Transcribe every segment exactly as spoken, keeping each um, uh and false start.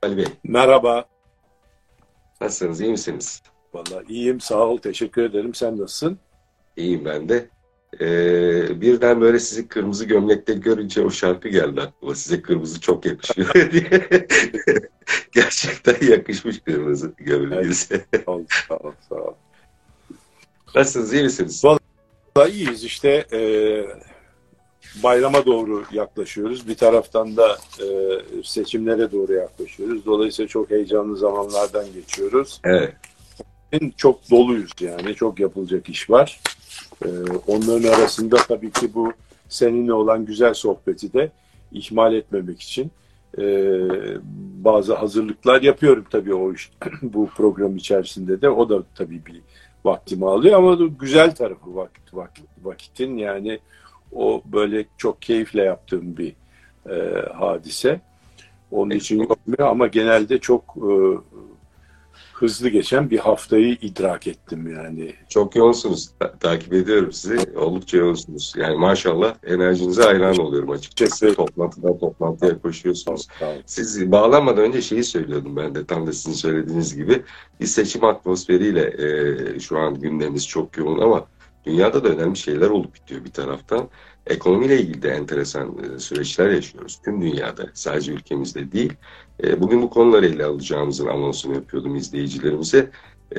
Ali Bey. Merhaba. Nasılsınız, iyi misiniz? Vallahi iyiyim, sağ ol, teşekkür ederim. Sen nasılsın? İyiyim ben de. Ee, birden böyle sizi kırmızı gömlekte görünce o şarkı geldi aklıma. Size kırmızı çok yakışıyor diye. Gerçekten yakışmış kırmızı Evet, gömleğinize. sağ ol, sağ ol, sağ ol. Nasılsınız, iyi misiniz? Vallahi iyiyiz işte. E, bayrama doğru yaklaşıyoruz. Bir taraftan da e, seçimlere doğru yaklaşıyoruz. Dolayısıyla çok heyecanlı zamanlardan geçiyoruz. Evet. Çok doluyuz yani, çok yapılacak iş var. E, onların arasında tabii ki bu seninle olan güzel sohbeti de ihmal etmemek için e, bazı hazırlıklar yapıyorum tabii o iş, bu program içerisinde de. O da tabii bir vaktimi alıyor ama güzel tarafı vakit, vakit, vakitin yani o böyle çok keyifle yaptığım bir e, hadise. Onun için yormuyor ama genelde çok e, hızlı geçen bir haftayı idrak ettim yani. Çok yoğunsunuz. Ta- takip ediyorum sizi. Oldukça yoğunsunuz. Yani maşallah enerjinize hayran oluyorum açıkçası. Toplantıdan toplantıya koşuyorsunuz. Siz bağlanmadan önce şeyi söylüyordum ben de tam da sizin söylediğiniz gibi. Bir seçim atmosferiyle e, şu an gündemimiz çok yoğun ama dünyada da önemli şeyler olup bitiyor bir taraftan. Ekonomiyle ilgili de enteresan e, süreçler yaşıyoruz. Tüm dünyada, sadece ülkemizde değil. E, bugün bu konuları ele alacağımızın anonsunu yapıyordum izleyicilerimize. E,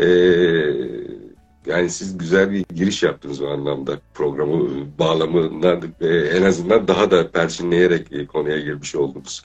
Yani siz güzel bir giriş yaptınız o anlamda programı bağlamından e, en azından daha da perçinleyerek e, konuya girmiş oldunuz.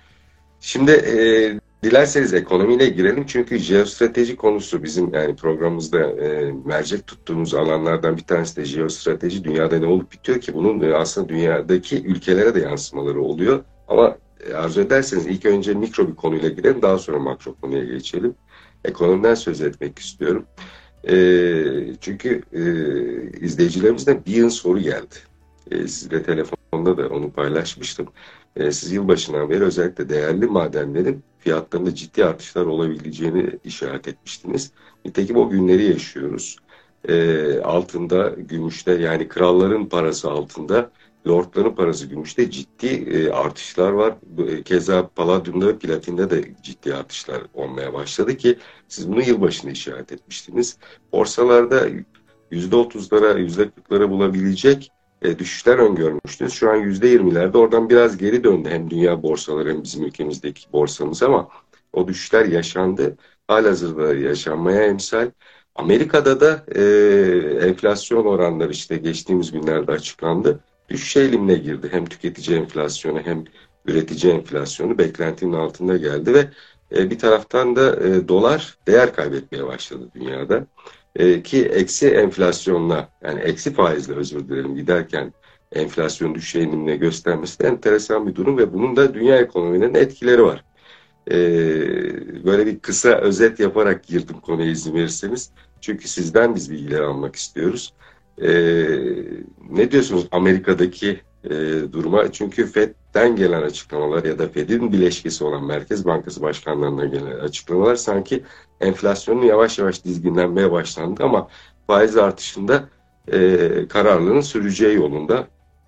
Şimdi e, dilerseniz ekonomiyle girelim çünkü jeostrateji konusu bizim yani programımızda e, mercek tuttuğumuz alanlardan bir tanesi de jeostrateji. Dünyada ne olup bitiyor ki bunun e, aslında dünyadaki ülkelere de yansımaları oluyor. Ama e, arzu ederseniz ilk önce mikro bir konuyla girelim daha sonra makro konuya geçelim. Ekonomiden söz etmek istiyorum. E, çünkü e, izleyicilerimizden bir yıl soru geldi. E, sizle telefonda da onu paylaşmıştım. E, siz yılbaşından beri özellikle değerli madenlerin fiyatlarında ciddi artışlar olabileceğini işaret etmiştiniz. Nitekim o günleri yaşıyoruz. E, altında, gümüşte yani kralların parası altında, lordların parası gümüşte ciddi e, artışlar var. E, keza paladyumda ve platinde de ciddi artışlar olmaya başladı ki siz bunu yılbaşında işaret etmiştiniz. Borsalarda yüzde otuzlara, yüzde kırklara bulabilecek e, düşüşler öngörmüştünüz. Şu an yüzde yirmilerde oradan biraz geri döndü hem dünya borsaları hem bizim ülkemizdeki borsamız ama o düşüşler yaşandı. Halihazırda yaşanmaya emsal. Amerika'da da e, enflasyon oranları işte geçtiğimiz günlerde açıklandı. Düşüş eğilimine girdi. Hem tüketici enflasyonu hem üretici enflasyonu beklentinin altında geldi ve e, bir taraftan da e, dolar değer kaybetmeye başladı dünyada. E, ki eksi enflasyonla yani eksi faizle özür dilerim giderken enflasyon düşüş eğilimine göstermesi de enteresan bir durum ve bunun da dünya ekonomilerine etkileri var. E, böyle bir kısa özet yaparak girdim konuya izin verirseniz. Çünkü sizden biz bilgileri almak istiyoruz. E, ne diyorsunuz Amerika'daki e, duruma? Çünkü Fed'den gelen açıklamalar ya da Fed'in bileşkesi olan Merkez Bankası başkanlarından gelen açıklamalar sanki enflasyonun yavaş yavaş dizginlenmeye başlandı ama faiz artışında e, kararlılığın süreceği yolunda.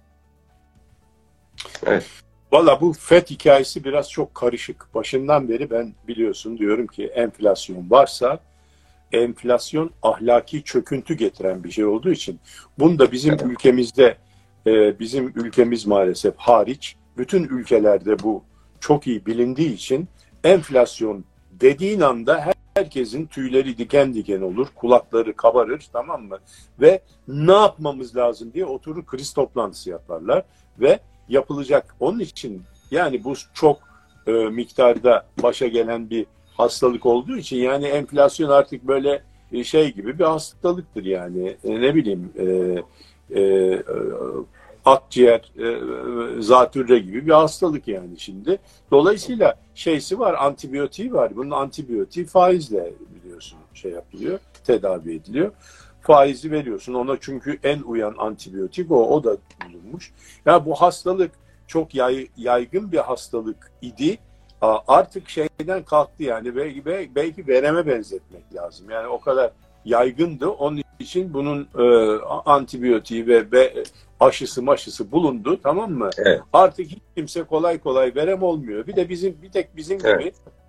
Evet. Valla bu Fed hikayesi biraz çok karışık. Başından beri ben biliyorsun diyorum ki enflasyon varsa enflasyon ahlaki çöküntü getiren bir şey olduğu için bunu da bizim Evet. ülkemizde e, bizim ülkemiz maalesef hariç bütün ülkelerde bu çok iyi bilindiği için enflasyon dediğin anda her, herkesin tüyleri diken diken olur, kulakları kabarır, tamam mı? Ve ne yapmamız lazım diye oturur kriz toplantısı yaparlar ve yapılacak. Onun için yani bu çok e, miktarda başa gelen bir hastalık olduğu için yani enflasyon artık böyle şey gibi bir hastalıktır yani e, ne bileyim e, e, e, akciğer e, zatürre gibi bir hastalık yani şimdi. Dolayısıyla şeysi var, antibiyotiği var. Bunun antibiyotiği faizle biliyorsun şey yapılıyor, tedavi ediliyor. Faizi veriyorsun ona çünkü en uyan antibiyotik o, o da bulunmuş. Ya yani bu hastalık çok yay, yaygın bir hastalık idi. Artık şeyden kalktı yani belki, belki vereme benzetmek lazım. Yani o kadar yaygındı. Onun için bunun e, antibiyotiği ve be, aşısı maşısı bulundu, tamam mı? Evet. Artık hiç kimse kolay kolay verem olmuyor. Bir de bizim bir tek bizim Evet. gibi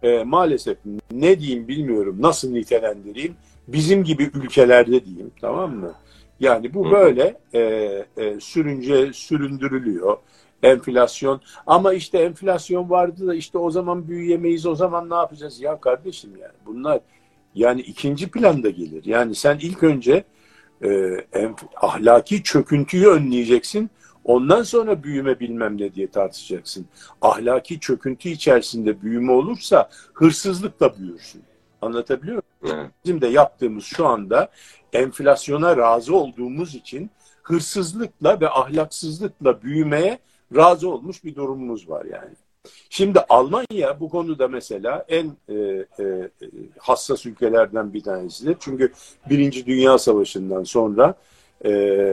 e, maalesef ne diyeyim bilmiyorum, nasıl nitelendireyim, bizim gibi ülkelerde diyeyim, tamam mı? Yani bu böyle e, e, sürünce süründürülüyor. Enflasyon, ama işte enflasyon vardı da işte o zaman büyüyemeyiz, o zaman ne yapacağız? Ya kardeşim, yani bunlar yani ikinci planda gelir. Yani sen ilk önce e, enf- ahlaki çöküntüyü önleyeceksin. Ondan sonra büyüme bilmem ne diye tartışacaksın. Ahlaki çöküntü içerisinde büyüme olursa hırsızlıkla büyürsün. Anlatabiliyor muyum? Evet. Bizim de yaptığımız şu anda enflasyona razı olduğumuz için hırsızlıkla ve ahlaksızlıkla büyümeye razı olmuş bir durumumuz var yani. Şimdi Almanya bu konuda mesela en e, e, hassas ülkelerden bir tanesidir. Çünkü Birinci Dünya Savaşı'ndan sonra e,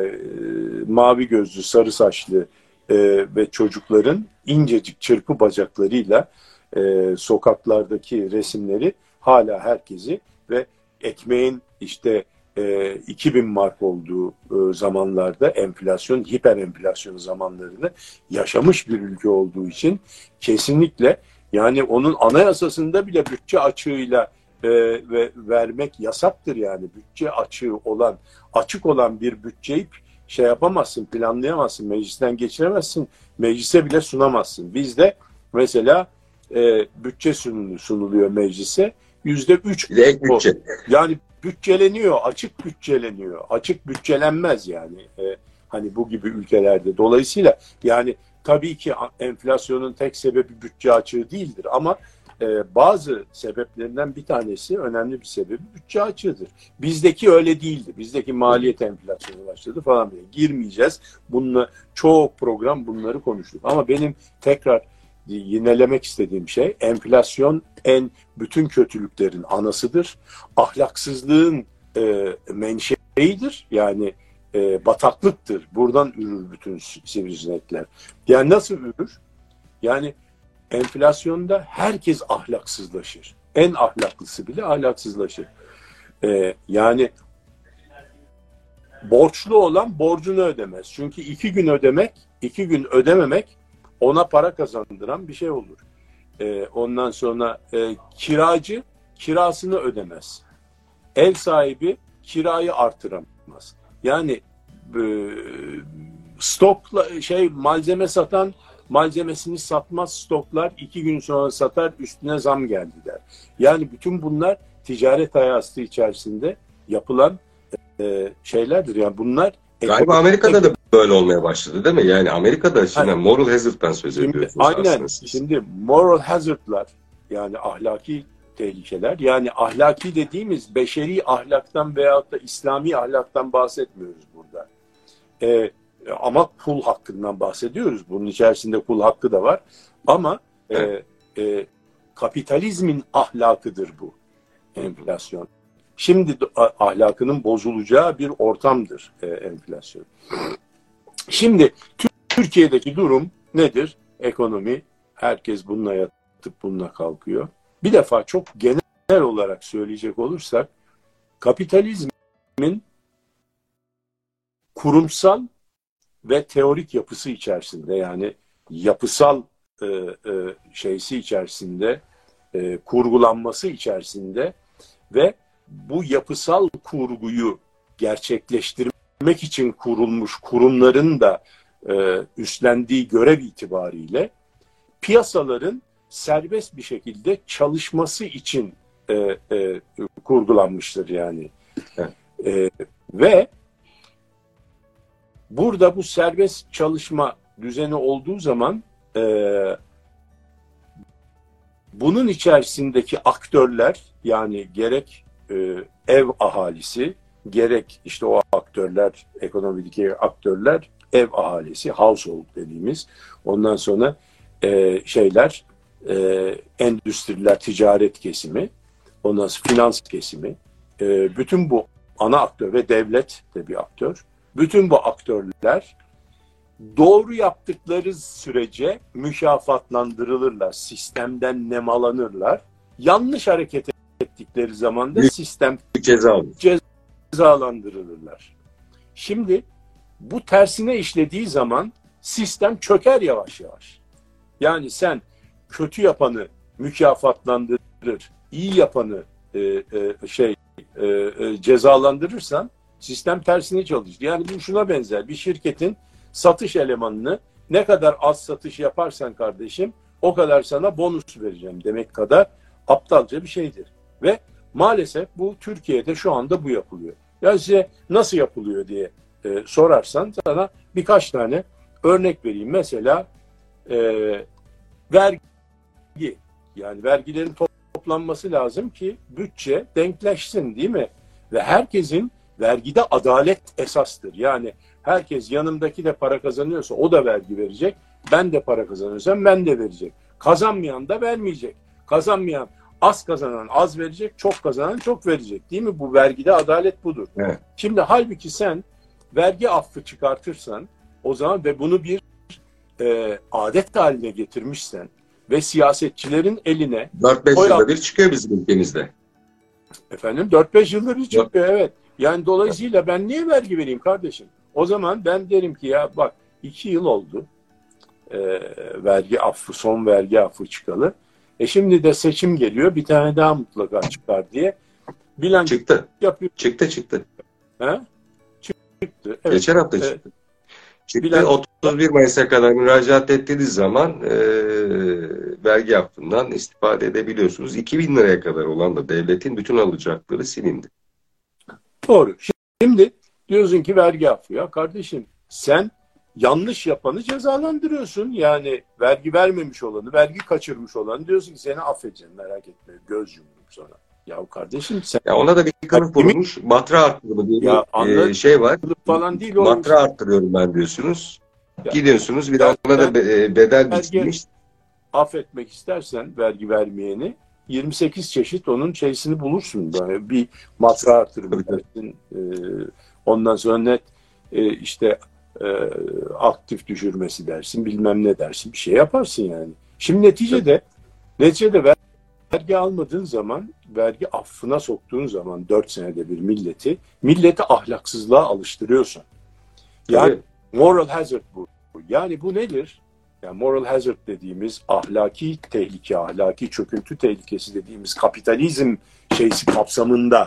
mavi gözlü, sarı saçlı e, ve çocukların incecik çırpı bacaklarıyla e, sokaklardaki resimleri hala herkesi ve ekmeğin işte e, iki bin mark olduğu e, zamanlarda, enflasyon, hiper enflasyon zamanlarını yaşamış bir ülke olduğu için kesinlikle, yani onun anayasasında bile bütçe açığıyla e, ve vermek yasaktır yani. Bütçe açığı olan, açık olan bir bütçeyi şey yapamazsın, planlayamazsın, meclisten geçiremezsin, meclise bile sunamazsın. Bizde mesela e, bütçe sunulu, sunuluyor meclise, yüzde üç Ek bütçe. yani bütçeleniyor, açık bütçeleniyor. Açık bütçelenmez yani. E, hani bu gibi ülkelerde. Dolayısıyla yani tabii ki enflasyonun tek sebebi bütçe açığı değildir ama e, bazı sebeplerinden bir tanesi, önemli bir sebebi bütçe açığıdır. Bizdeki öyle değildi. Bizdeki maliyet enflasyonu başladı falan diye. Girmeyeceğiz. Bununla çok program bunları konuştuk. Ama benim tekrar yinelemek istediğim şey, enflasyon en bütün kötülüklerin anasıdır. Ahlaksızlığın e, menşeidir. Yani e, bataklıktır. Buradan ürür bütün sivrisinekler. Yani nasıl ürür? Yani enflasyonda herkes ahlaksızlaşır. En ahlaklısı bile ahlaksızlaşır. E, yani borçlu olan borcunu ödemez. Çünkü iki gün ödemek, iki gün ödememek ona para kazandıran bir şey olur. Ee, ondan sonra e, kiracı kirasını ödemez. Ev sahibi kirayı artıramaz. Yani e, stokla şey malzeme satan malzemesini satmaz, stoklar iki gün sonra satar, üstüne zam geldi der. Yani bütün bunlar ticaret hayatı içerisinde yapılan e, şeylerdir. Yani bunlar galiba Amerika'da da böyle olmaya başladı değil mi? Yani Amerika'da şimdi yani, moral hazard'dan söz ediyorsunuz aynen, şimdi moral hazard'lar, yani ahlaki tehlikeler, yani ahlaki dediğimiz beşeri ahlaktan veyahut da İslami ahlaktan bahsetmiyoruz burada. Ee, ama kul hakkından bahsediyoruz. Bunun içerisinde kul hakkı da var. Ama evet. e, e, kapitalizmin ahlakıdır bu enflasyon. Şimdi ahlakının bozulacağı bir ortamdır e, enflasyon. Şimdi Türkiye'deki durum nedir? Ekonomi, herkes bununla yatıp bununla kalkıyor. Bir defa çok genel olarak söyleyecek olursak, kapitalizmin kurumsal ve teorik yapısı içerisinde, yani yapısal e, e, şeysi içerisinde, e, kurgulanması içerisinde ve bu yapısal kurguyu gerçekleştirmek için kurulmuş kurumların da e, üstlendiği görev itibariyle piyasaların serbest bir şekilde çalışması için e, e, kurgulanmıştır yani. E, ve burada bu serbest çalışma düzeni olduğu zaman e, bunun içerisindeki aktörler, yani gerek e, ev ahalisi, gerek işte o aktörler, ekonomideki aktörler, ev ahalisi, household dediğimiz, ondan sonra e, şeyler, e, endüstriler, ticaret kesimi, ondan sonra finans kesimi, e, bütün bu ana aktör ve devlet de bir aktör. Bütün bu aktörler doğru yaptıkları sürece mükafatlandırılırlar, sistemden nemalanırlar. Yanlış hareket ettikleri zaman da sistem ceza cezalandırılırlar. Şimdi bu tersine işlediği zaman sistem çöker yavaş yavaş. Yani sen kötü yapanı mükafatlandırır, iyi yapanı e, e, şey e, e, cezalandırırsan sistem tersine çalışır. Yani bu şuna benzer. Bir şirketin satış elemanını ne kadar az satış yaparsan kardeşim o kadar sana bonus vereceğim demek kadar aptalca bir şeydir. Ve maalesef bu Türkiye'de şu anda bu yapılıyor. Ya size nasıl yapılıyor diye e, sorarsan sana birkaç tane örnek vereyim. Mesela e, vergi, yani vergilerin toplanması lazım ki bütçe denkleşsin, değil mi? Ve herkesin vergide adalet esastır. Yani herkes, yanımdaki de para kazanıyorsa o da vergi verecek. Ben de para kazanıyorsam ben de verecek. Kazanmayan da vermeyecek. Kazanmayan, az kazanan az verecek, çok kazanan çok verecek. Değil mi? Bu vergide adalet budur. Evet. Şimdi halbuki sen vergi affı çıkartırsan o zaman ve bunu bir e, adet haline getirmişsen ve siyasetçilerin eline dört beş oy yılda al- bir çıkıyor bizim ülkemizde. efendim dört beş yıldır bir çıkıyor, evet. Yani dolayısıyla ben niye vergi vereyim kardeşim? O zaman ben derim ki ya bak iki yıl oldu e, vergi affı, son vergi affı çıkalı. E şimdi de seçim geliyor, bir tane daha mutlaka çıkar diye bilanço Çıktı. yapıyor. Çıktı çıktı. Ha? Çıktı. Evet. Geçen hafta Evet. çıktı. Çıktı. Bilanço- otuz bir Mayıs'a kadar müracaat ettiğiniz zaman e, vergi affından istifade edebiliyorsunuz. iki bin liraya kadar olan da devletin bütün alacakları silindi. Doğru. Şimdi diyorsun ki vergi affı. Ya kardeşim sen yanlış yapanı cezalandırıyorsun. Yani vergi vermemiş olanı, vergi kaçırmış olanı diyorsun ki seni affedeceğim, merak etme. Göz yumdum sonra. Ya kardeşim sen Ya ona da bir kılıf Kimin- bulunmuş. Matra arttırımı diye Ya bir anladım. e, şey var. falan değil o. Matra arttırıyorum ben diyorsunuz. Ya- Gidiyorsunuz bir de Ya ona da ben- be- e, bedel Vergi- biçilmiş. Affetmek istersen vergi vermeyeni yirmi sekiz çeşit onun şeysini bulursun. Yani bir matra artırımı dersin. E, ondan sonra net e, işte e, aktif düşürmesi dersin. Bilmem ne dersin. Bir şey yaparsın yani. Şimdi neticede neticede ver- vergi almadığın zaman, vergi affına soktuğun zaman dört senede bir milleti, milleti ahlaksızlığa alıştırıyorsun. Yani Tabii. moral hazard bu. Yani bu nedir? Yani moral hazard dediğimiz ahlaki tehlike, ahlaki çöküntü tehlikesi dediğimiz kapitalizm şeysi kapsamında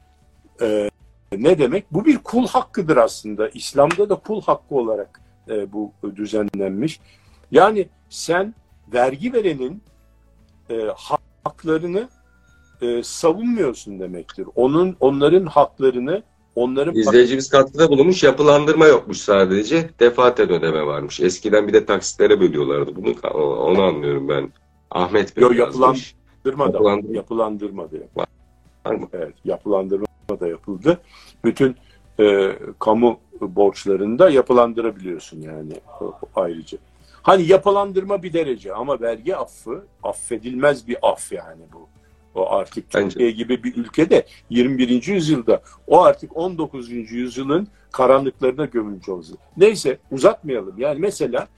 e, ne demek? Bu bir kul hakkıdır aslında. İslam'da da kul hakkı olarak e, bu düzenlenmiş. Yani sen vergi verenin e, haklarını e, savunmuyorsun demektir. Onun onların haklarını, onların İzleyicimiz katkıda bulunmuş. Yapılandırma yokmuş sadece. Defaten ödeme varmış. Eskiden bir de taksitlere bölüyorlardı. Bunu onu anlıyorum ben. Ahmet Bey Yo, yazmış. yapılandırma da Yapılandırma. yapılandırma da yapıldı. Var mı? Evet, yapılandırma da yapıldı. Bütün e, kamu borçlarını da yapılandırabiliyorsun yani o- ayrıca. Hani yapılandırma bir derece ama vergi affı affedilmez bir af yani bu. O artık Bence. Türkiye gibi bir ülkede yirmi birinci yüzyılda o artık on dokuzuncu yüzyılın karanlıklarına gömülmüş olsun. Neyse uzatmayalım. Yani mesela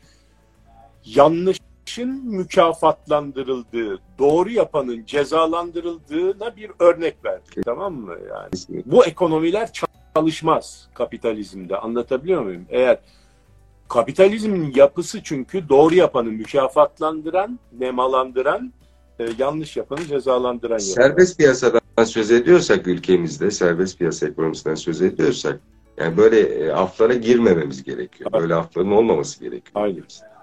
yanlışın mükafatlandırıldığı, doğru yapanın cezalandırıldığına bir örnek verdik. Tamam mı? Yani bu ekonomiler çalışmaz kapitalizmde. Anlatabiliyor muyum? Eğer kapitalizmin yapısı çünkü doğru yapanı mükafatlandıran, nemalandıran, e, yanlış yapanı cezalandıran yapı. Serbest piyasadan söz ediyorsak ülkemizde, serbest piyasa ekonomisinden söz ediyorsak, yani böyle e, aflara girmememiz gerekiyor. Böyle afların olmaması gerekiyor. Aynen.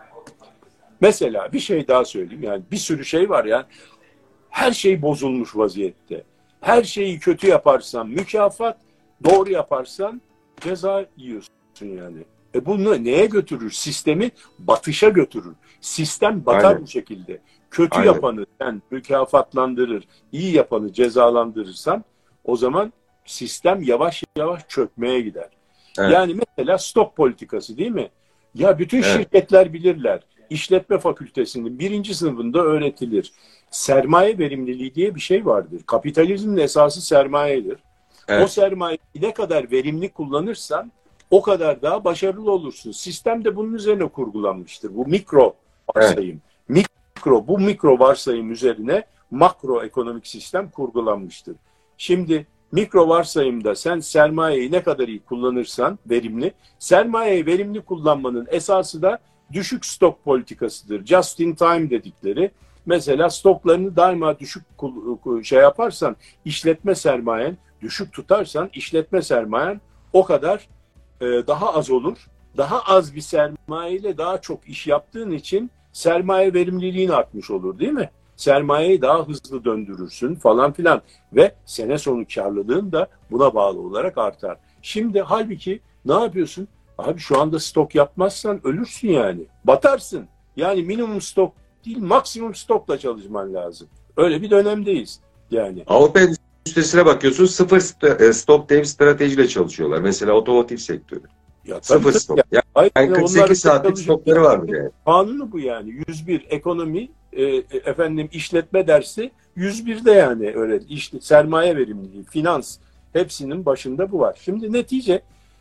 Mesela bir şey daha söyleyeyim. Yani bir sürü şey var ya. Her şey bozulmuş vaziyette. Her şeyi kötü yaparsan mükafat, doğru yaparsan ceza yiyorsun yani. E bunu neye götürür? Sistemi batışa götürür. Sistem batar Aynen. bu şekilde. Kötü Aynen. yapanı sen mükafatlandırır, iyi yapanı cezalandırırsan o zaman sistem yavaş yavaş çökmeye gider. Evet. Yani mesela stok politikası değil mi? Ya bütün Evet. şirketler bilirler. İşletme fakültesinin birinci sınıfında öğretilir. Sermaye verimliliği diye bir şey vardır. Kapitalizmin esası sermayedir. Evet. O sermayeyi ne kadar verimli kullanırsan o kadar daha başarılı olursun. Sistem de bunun üzerine kurgulanmıştır. Bu mikro varsayım. Evet. Mikro, bu mikro varsayım üzerine makro ekonomik sistem kurgulanmıştır. Şimdi mikro varsayımda sen sermayeyi ne kadar iyi kullanırsan verimli, sermayeyi verimli kullanmanın esası da düşük stok politikasıdır. Just in time dedikleri. Mesela stoklarını daima düşük şey yaparsan, işletme sermayen düşük tutarsan, işletme sermayen o kadar e, daha az olur. Daha az bir sermayeyle daha çok iş yaptığın için sermaye verimliliğin artmış olur, değil mi? Sermayeyi daha hızlı döndürürsün falan filan ve sene sonu karlılığın da buna bağlı olarak artar. Şimdi halbuki ne yapıyorsun? Abi şu anda stok yapmazsan ölürsün yani. Batarsın. Yani minimum stok değil, maksimum stokla çalışman lazım. Öyle bir dönemdeyiz yani. Avrupa endüstrisine bakıyorsun, sıfır stok dev stratejiyle çalışıyorlar. Mesela otomotiv sektörü. Ya, sıfır tabii, stok. tabii. Yani, yani kırk sekiz Onlar saatlik stokları var yani. Kanunu bu yani. yüz bir ekonomi e, efendim işletme dersi yüz birde yani öyle. İşte sermaye verimliliği, finans hepsinin başında bu var. Şimdi netice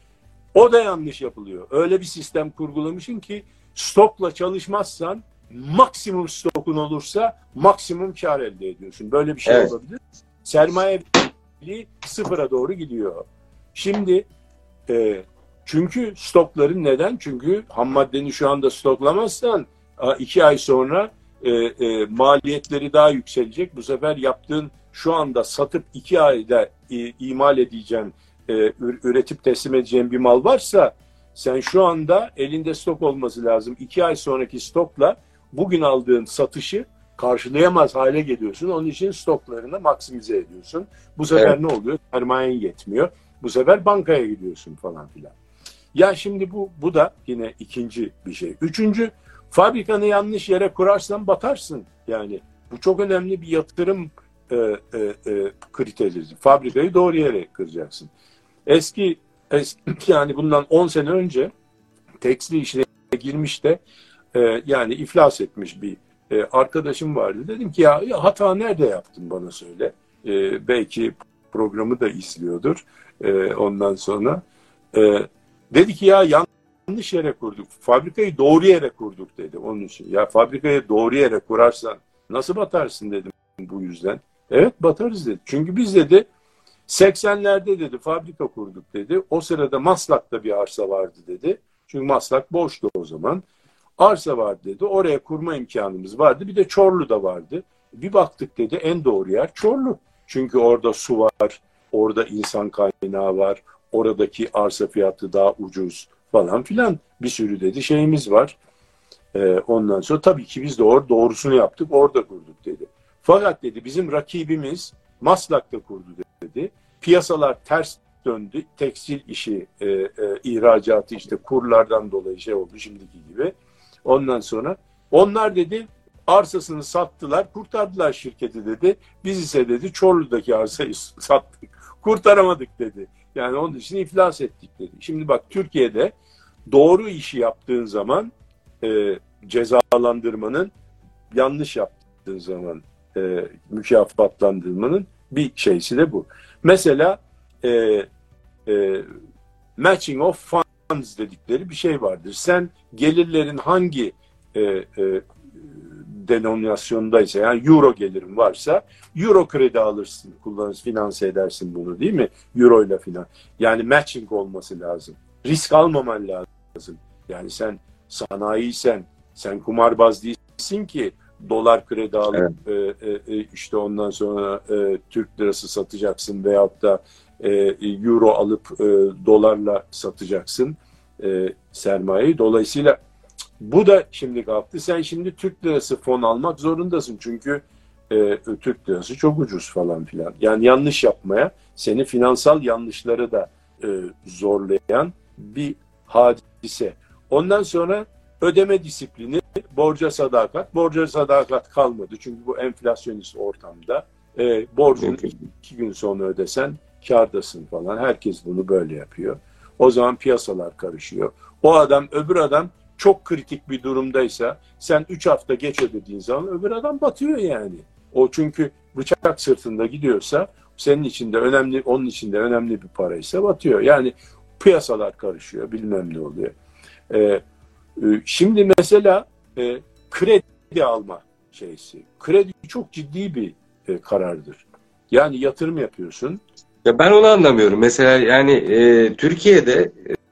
o da yanlış yapılıyor. Öyle bir sistem kurgulamışsın ki stokla çalışmazsan maksimum stokun olursa maksimum kar elde ediyorsun. Böyle bir şey Evet. olabilir. Sermaye verimliliği sıfıra doğru gidiyor. Şimdi e, çünkü stokların neden? Çünkü ham maddeni şu anda stoklamazsan iki ay sonra e, e, maliyetleri daha yükselecek. Bu sefer yaptığın şu anda satıp iki ayda e, imal edeceğin, e, üretip teslim edeceğin bir mal varsa sen şu anda elinde stok olması lazım. iki ay sonraki stokla bugün aldığın satışı karşılayamaz hale geliyorsun. Onun için stoklarını maksimize ediyorsun. Bu sefer evet. Ne oluyor? Sermayen yetmiyor. Bu sefer bankaya gidiyorsun falan filan. Ya şimdi bu bu da yine ikinci bir şey. Üçüncü, fabrikanı yanlış yere kurarsan batarsın. Yani bu çok önemli bir yatırım e, e, e, kriteridir. Fabrikayı doğru yere kuracaksın. Eski, eski yani bundan on sene önce tekstil işine girmiş de e, yani iflas etmiş bir e, arkadaşım vardı. Dedim ki ya, ya hata nerede yaptın bana söyle. E, belki programı da izliyordur. E, ondan sonra e, dedi ki ya yanlış yere kurduk. Fabrikayı doğru yere kurduk dedi onun için. Ya fabrikayı doğru yere kurarsan nasıl batarsın dedim bu yüzden. Evet batarız dedi. Çünkü biz dedi seksenlerde dedi fabrika kurduk dedi. O sırada Maslak'ta bir arsa vardı dedi. Çünkü Maslak boştu o zaman. Arsa vardı dedi. Oraya kurma imkanımız vardı. Bir de Çorlu'da vardı. Bir baktık dedi en doğru yer Çorlu. Çünkü orada su var, orada insan kaynağı var, oradaki arsa fiyatı daha ucuz falan filan. Bir sürü dedi şeyimiz var. Ee, ondan sonra tabii ki biz de or doğrusunu yaptık, orada kurduk dedi. Fakat dedi bizim rakibimiz Maslak'ta kurdu dedi. Piyasalar ters döndü. Tekstil işi, e, e, ihracatı işte kurlardan dolayı şey oldu şimdiki gibi. Ondan sonra onlar dedi arsasını sattılar, kurtardılar şirketi dedi. Biz ise dedi Çorlu'daki arsayı sattık, kurtaramadık dedi. Yani onun için iflas ettik dedi. Şimdi bak Türkiye'de doğru işi yaptığın zaman e, cezalandırmanın, yanlış yaptığın zaman e, mükafatlandırmanın bir şeysi de bu. Mesela e, e, matching of funds dedikleri bir şey vardır. Sen gelirlerin hangi e, e, denominasyondaysa yani euro gelirin varsa euro kredi alırsın, kullanırsın, finanse edersin bunu değil mi? Euro ile filan. Yani matching olması lazım. Risk almaman lazım. Yani sen sanayiysen, sen kumarbaz değilsin ki dolar kredi alıp evet. e, e, işte ondan sonra e, Türk lirası satacaksın veyahut da e, euro alıp e, dolarla satacaksın e, sermayeyi. Dolayısıyla bu da şimdi kalktı. Sen şimdi Türk lirası fon almak zorundasın. Çünkü e, Türk lirası çok ucuz falan filan. Yani yanlış yapmaya, seni finansal yanlışları da e, zorlayan bir hadise. Ondan sonra ödeme disiplini, borca sadakat. Borca sadakat kalmadı. Çünkü bu enflasyonist ortamda e, borcunu iki gün sonra ödesen kârdasın falan. Herkes bunu böyle yapıyor. O zaman piyasalar karışıyor. O adam, öbür adam çok kritik bir durumdaysa sen üç hafta geç ödediğin zaman öbür adam batıyor yani. O çünkü bıçak sırtında gidiyorsa senin için de önemli, onun için de önemli bir paraysa batıyor. Yani piyasalar karışıyor, bilmem ne oluyor. Ee, e, şimdi mesela e, kredi alma şeysi. Kredi çok ciddi bir e, karardır. Yani yatırım yapıyorsun. Ya ben onu anlamıyorum. Mesela yani e, Türkiye'de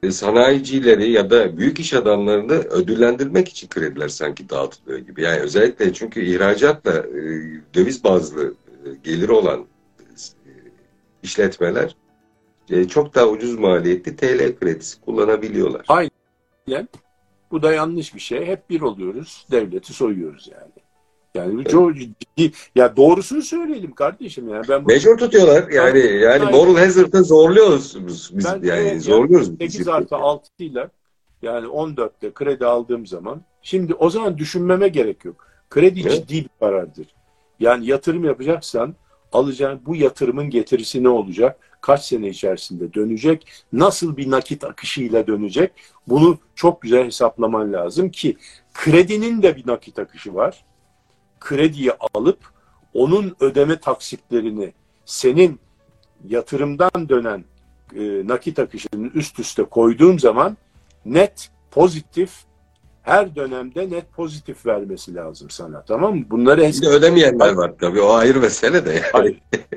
sanayicileri ya da büyük iş adamlarını ödüllendirmek için krediler sanki dağıtılıyor gibi. Yani özellikle çünkü ihracatla e, döviz bazlı e, geliri olan e, işletmeler e, çok daha ucuz maliyetli T L kredisi kullanabiliyorlar. Aynen. Bu da yanlış bir şey. Hep bir oluyoruz. Devleti soyuyoruz yani. Yani bu çok ciddi. Ya doğrusunu söyleyelim kardeşim yani. Ben bu... Mecbur tutuyorlar. Yani yani moral hazard'ı zorluyoruz biz. Ben, yani evet, zorluyoruz. Yani sekiz artı altı ile yani on dörtte kredi aldığım zaman şimdi o zaman düşünmeme gerek yok. Kredi evet. ciddi bir karardır. Yani yatırım yapacaksan alacağın bu yatırımın getirisi ne olacak? Kaç sene içerisinde dönecek? Nasıl bir nakit akışıyla dönecek? Bunu çok güzel hesaplaman lazım ki kredinin de bir nakit akışı var. Krediyi alıp onun ödeme taksitlerini senin yatırımdan dönen e, nakit akışının üst üste koyduğum zaman net pozitif, her dönemde net pozitif vermesi lazım sana, tamam mı? Bunları hesap... ödemeyenler var tabii, o ayrı mesele de yani.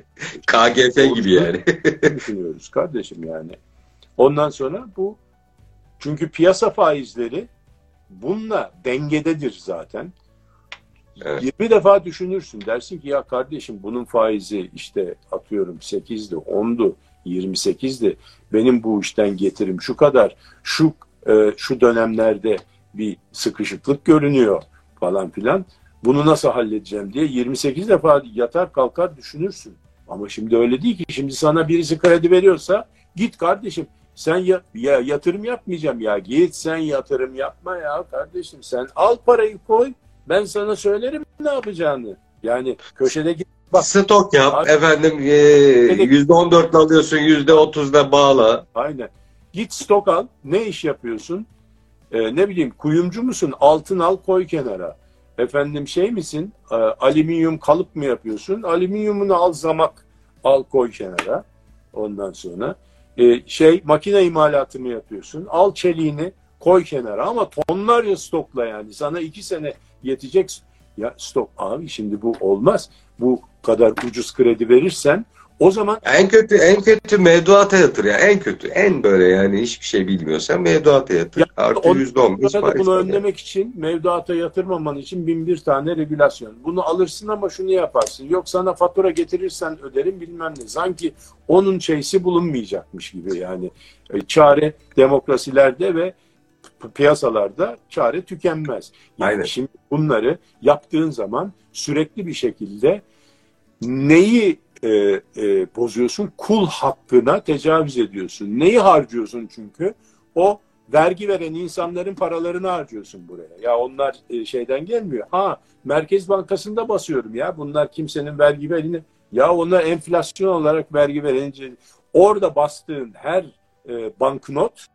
K G F gibi yani. Düşünüyoruz kardeşim yani. Ondan sonra bu, çünkü piyasa faizleri bununla dengededir zaten. Evet. yirmi defa düşünürsün, dersin ki ya kardeşim bunun faizi işte atıyorum sekizdi, ondu, yirmi sekizdi. Benim bu işten getirim şu kadar, şu e, şu dönemlerde bir sıkışıklık görünüyor falan filan. Bunu nasıl halledeceğim diye yirmi sekiz defa yatar kalkar düşünürsün. Ama şimdi öyle değil ki. Şimdi sana birisi kredi veriyorsa git kardeşim sen ya, ya yatırım yapmayacağım ya, git sen yatırım yapma ya kardeşim, sen al parayı koy. Ben sana söylerim ne yapacağını. Yani köşede git bak. Stok yap abi, efendim e, yüzde on dörtle alıyorsun, yüzde otuzla bağla. Aynen. Git stok al. Ne iş yapıyorsun? Ee, ne bileyim kuyumcu musun? Altın al koy kenara. Efendim şey misin? E, alüminyum kalıp mı yapıyorsun? Alüminyumunu al, zamak al koy kenara. Ondan sonra e, şey makine imalatı mı yapıyorsun? Al çeliğini koy kenara ama tonlarca stokla yani. Sana iki sene yetecek ya stok abi, şimdi bu olmaz. Bu kadar ucuz kredi verirsen o zaman en kötü en kötü mevduata yatır ya, en kötü, en böyle yani hiçbir şey bilmiyorsan mevduata yatır. Ya, artı yüzde on beş faiz. Bunu önlemek için, mevduata yatırmaman için bin bir tane regülasyon. Bunu alırsın ama şunu yaparsın. Yok sana fatura getirirsen öderim bilmem ne. Sanki onun şeysi bulunmayacakmış gibi yani. Çare demokrasilerde ve piyasalarda çare tükenmez. Yani aynen. Şimdi bunları yaptığın zaman sürekli bir şekilde neyi e, e, bozuyorsun? Kul hakkına tecavüz ediyorsun. Neyi harcıyorsun çünkü? O vergi veren insanların paralarını harcıyorsun buraya. Ya onlar e, şeyden gelmiyor. Ha, Merkez Bankası'nda basıyorum ya. Bunlar kimsenin vergi vereni. Ya onlar enflasyon olarak vergi verince orada bastığın her e, banknot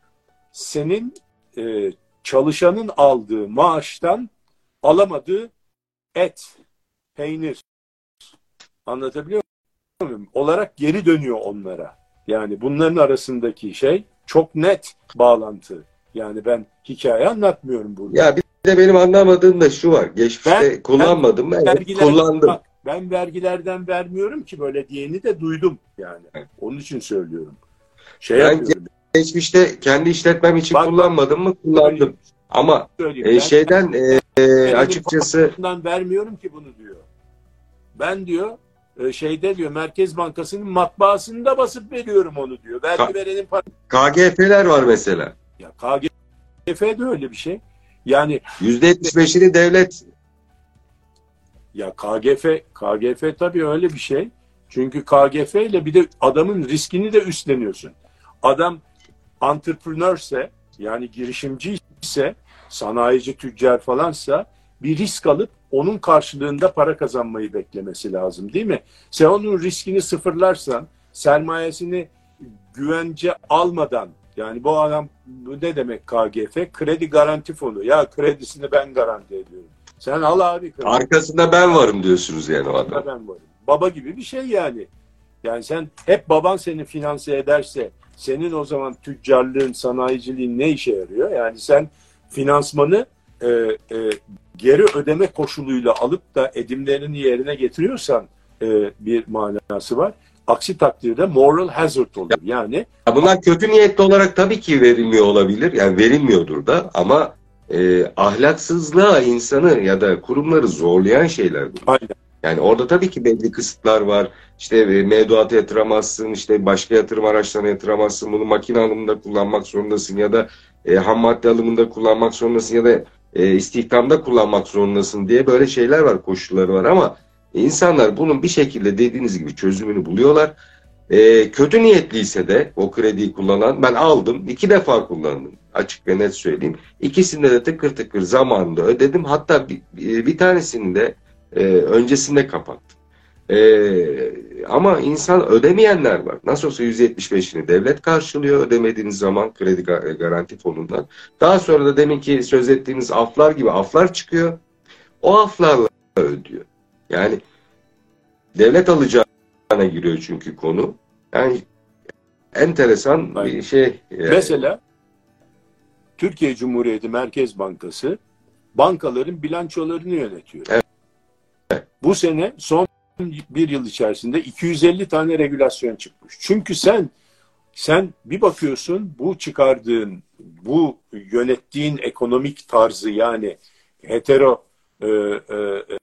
senin e, çalışanın aldığı maaştan alamadığı et, peynir, anlatabiliyor muyum? Olarak geri dönüyor onlara. Yani bunların arasındaki şey çok net bağlantı. Yani ben hikaye anlatmıyorum burada. Ya bir de benim anlamadığım da şu var. Geçmişte ben, kullanmadım. Ben, ben kullandım. Bak, ben vergilerden vermiyorum ki böyle diyeni de duydum yani. Onun için söylüyorum. Şey ben yapıyorum. Geçmişte kendi işletmem için bak, kullanmadım mı? Kullandım. Ama e, şeyden e, e, açıkçası vermiyorum ki bunu diyor. Ben diyor şeyde diyor Merkez Bankası'nın matbaasında basıp veriyorum onu diyor. Vergi K- verenin para... K G F'ler var mesela. Ya K G F de öyle bir şey. Yani yüzde yetmiş beşini devlet. Ya K G F K G F tabii öyle bir şey. Çünkü K G F ile bir de adamın riskini de üstleniyorsun. Adam entrepreneurse yani girişimci ise, sanayici, tüccar falansa bir risk alıp onun karşılığında para kazanmayı beklemesi lazım değil mi? Sen onun riskini sıfırlarsan, sermayesini güvence almadan, yani bu adam bu ne demek K G F? Kredi garanti fonu. Ya kredisini ben garanti ediyorum. Sen al abi. Kredi. Arkasında ben varım diyorsunuz yani o adam. Ben varım. Baba gibi bir şey yani. Yani sen hep baban seni finanse ederse senin o zaman tüccarlığın, sanayiciliğin ne işe yarıyor? Yani sen finansmanı e, e, geri ödeme koşuluyla alıp da edimlerini yerine getiriyorsan e, bir manası var. Aksi takdirde moral hazard olur. Yani ya bunlar kötü niyetli olarak tabii ki verilmiyor olabilir. Yani verilmiyordur da ama e, ahlaksızlığa insanı ya da kurumları zorlayan şeyler bunlar. aynen. Yani orada tabii ki belli kısıtlar var. İşte e, mevduata yatıramazsın, işte başka yatırım araçlarına yatıramazsın. Bunu makine alımında kullanmak zorundasın ya da e, ham madde alımında kullanmak zorundasın ya da e, istihdamda kullanmak zorundasın diye böyle şeyler var, koşulları var ama insanlar bunun bir şekilde dediğiniz gibi çözümünü buluyorlar. E, kötü niyetliyse de o krediyi kullanan, ben aldım, iki defa kullandım. Açık ve net söyleyeyim. İkisinde de tıkır tıkır zamanında ödedim. Hatta bir, bir tanesini de e, öncesinde kapattım. E, ama insan ödemeyenler var. Nasıl olsa yüzde yetmiş beşini devlet karşılıyor ödemediğiniz zaman kredi garanti fonundan. Daha sonra da deminki söz ettiğimiz aflar gibi aflar çıkıyor. O aflarla ödüyor. Yani devlet alacağına giriyor çünkü konu. Yani enteresan Aynen. bir şey. Yani. Mesela Türkiye Cumhuriyeti Merkez Bankası bankaların bilançolarını yönetiyor. Evet. Bu sene son bir yıl içerisinde iki yüz elli tane regülasyon çıkmış. Çünkü sen sen bir bakıyorsun bu çıkardığın, bu yönettiğin ekonomik tarzı yani hetero e, e, e,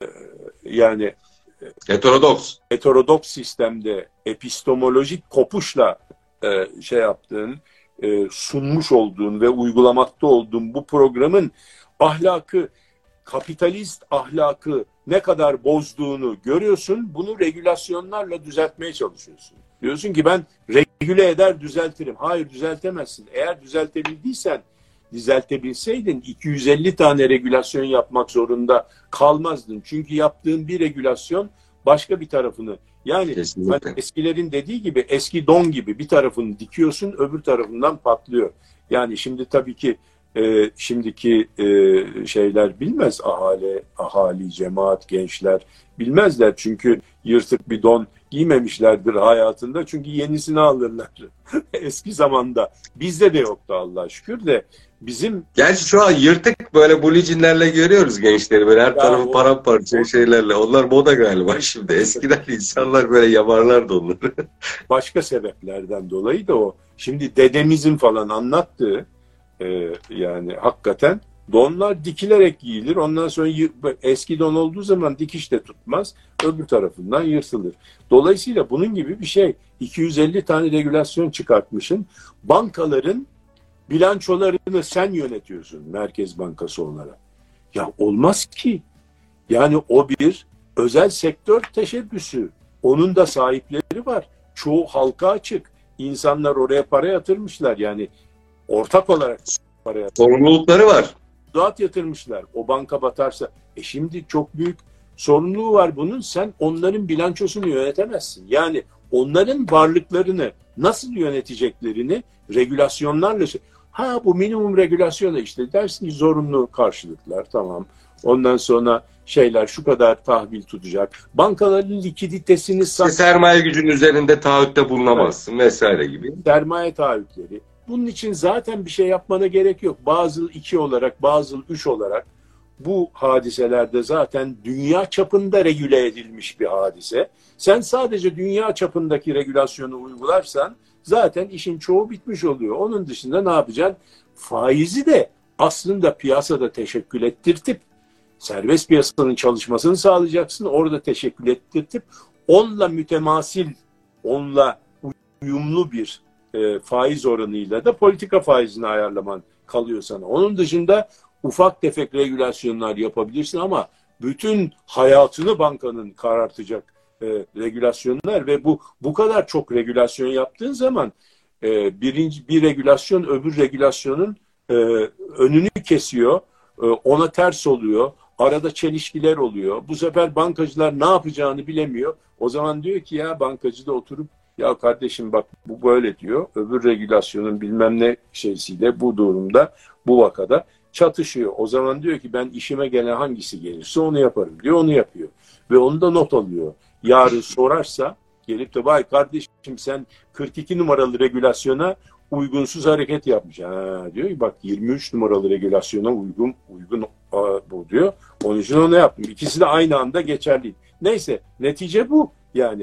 yani Heterodoks. heterodoks sistemde epistemolojik kopuşla e, şey yaptığın, e, sunmuş olduğun ve uygulamakta olduğun bu programın ahlakı, kapitalist ahlakı ne kadar bozduğunu görüyorsun. Bunu regülasyonlarla düzeltmeye çalışıyorsun. Diyorsun ki ben regüle eder düzeltirim. Hayır, düzeltemezsin. Eğer düzeltebildiysen, düzeltebilseydin iki yüz elli tane regülasyon yapmak zorunda kalmazdın. Çünkü yaptığın bir regülasyon başka bir tarafını, yani hani eskilerin dediği gibi eski don gibi bir tarafını dikiyorsun, öbür tarafından patlıyor. Yani şimdi tabii ki e, şimdiki e, şeyler bilmez, ahali, ahali, cemaat, gençler bilmezler. Çünkü yırtık bir don giymemişlerdir hayatında. Çünkü yenisini alırlar. Eski zamanda. Bizde de yoktu Allah'a şükür de. Bizim... Gerçi şu an yırtık böyle bulicinlerle görüyoruz gençleri. Böyle her tarafı o... paramparça şeylerle. Onlar moda galiba şimdi. Eskiden insanlar böyle yamarlardı onları. Başka sebeplerden dolayı da o. Şimdi dedemizin falan anlattığı e, yani hakikaten donlar dikilerek giyilir. Ondan sonra eski don olduğu zaman dikiş de tutmaz. Öbür tarafından yırtılır. Dolayısıyla bunun gibi bir şey. iki yüz elli tane regülasyon çıkartmışsın. Bankaların bilançolarını sen yönetiyorsun Merkez Bankası olarak. Ya olmaz ki. Yani o bir özel sektör teşebbüsü. Onun da sahipleri var. Çoğu halka açık. İnsanlar oraya para yatırmışlar. Yani ortak olarak para yatırmışlar. Sorumlulukları var. Mevduat yatırmışlar. O banka batarsa. E şimdi çok büyük sorumluluğu var bunun. Sen onların bilançosunu yönetemezsin. Yani onların varlıklarını nasıl yöneteceklerini regülasyonlarla... Ha bu minimum regülasyonu işte dersin ki zorunlu karşılıklar, tamam. Ondan sonra şeyler şu kadar tahvil tutacak. Bankaların likiditesini... İşte sermaye gücünün üzerinde taahhütte bulunamazsın, evet, vesaire gibi. Sermaye taahhütleri. Bunun için zaten bir şey yapmana gerek yok. Basel iki olarak, Basel üç olarak bu hadiselerde zaten dünya çapında regüle edilmiş bir hadise. Sen sadece dünya çapındaki regülasyonu uygularsan zaten işin çoğu bitmiş oluyor. Onun dışında ne yapacaksın? Faizi de aslında piyasada teşekkül ettirtip serbest piyasanın çalışmasını sağlayacaksın. Orada teşekkül ettirtip onunla mütemasil, onunla uyumlu bir e, faiz oranıyla da politika faizini ayarlaman kalıyor sana. Onun dışında ufak tefek regülasyonlar yapabilirsin ama bütün hayatını bankanın karartacak e, regülasyonlar ve bu bu kadar çok regülasyon yaptığın zaman e, birinci bir regülasyon öbür regülasyonun e, önünü kesiyor, e, ona ters oluyor, arada çelişkiler oluyor. Bu sefer bankacılar ne yapacağını bilemiyor. O zaman diyor ki ya bankacı da oturup ya kardeşim bak bu böyle diyor. Öbür regülasyonun bilmem ne şeysiyle bu durumda, bu vakada çatışıyor. O zaman diyor ki ben işime gelen hangisi gelirse onu yaparım diyor. Onu yapıyor. Ve onu da not alıyor. Yarın sorarsa gelip de vay kardeşim sen kırk iki numaralı regülasyona uygunsuz hareket yapmış. Ha, diyor ki bak yirmi üç numaralı regülasyona uygun uygun bu diyor. Onun için onu yaptım. İkisi de aynı anda geçerli. Neyse netice bu. Yani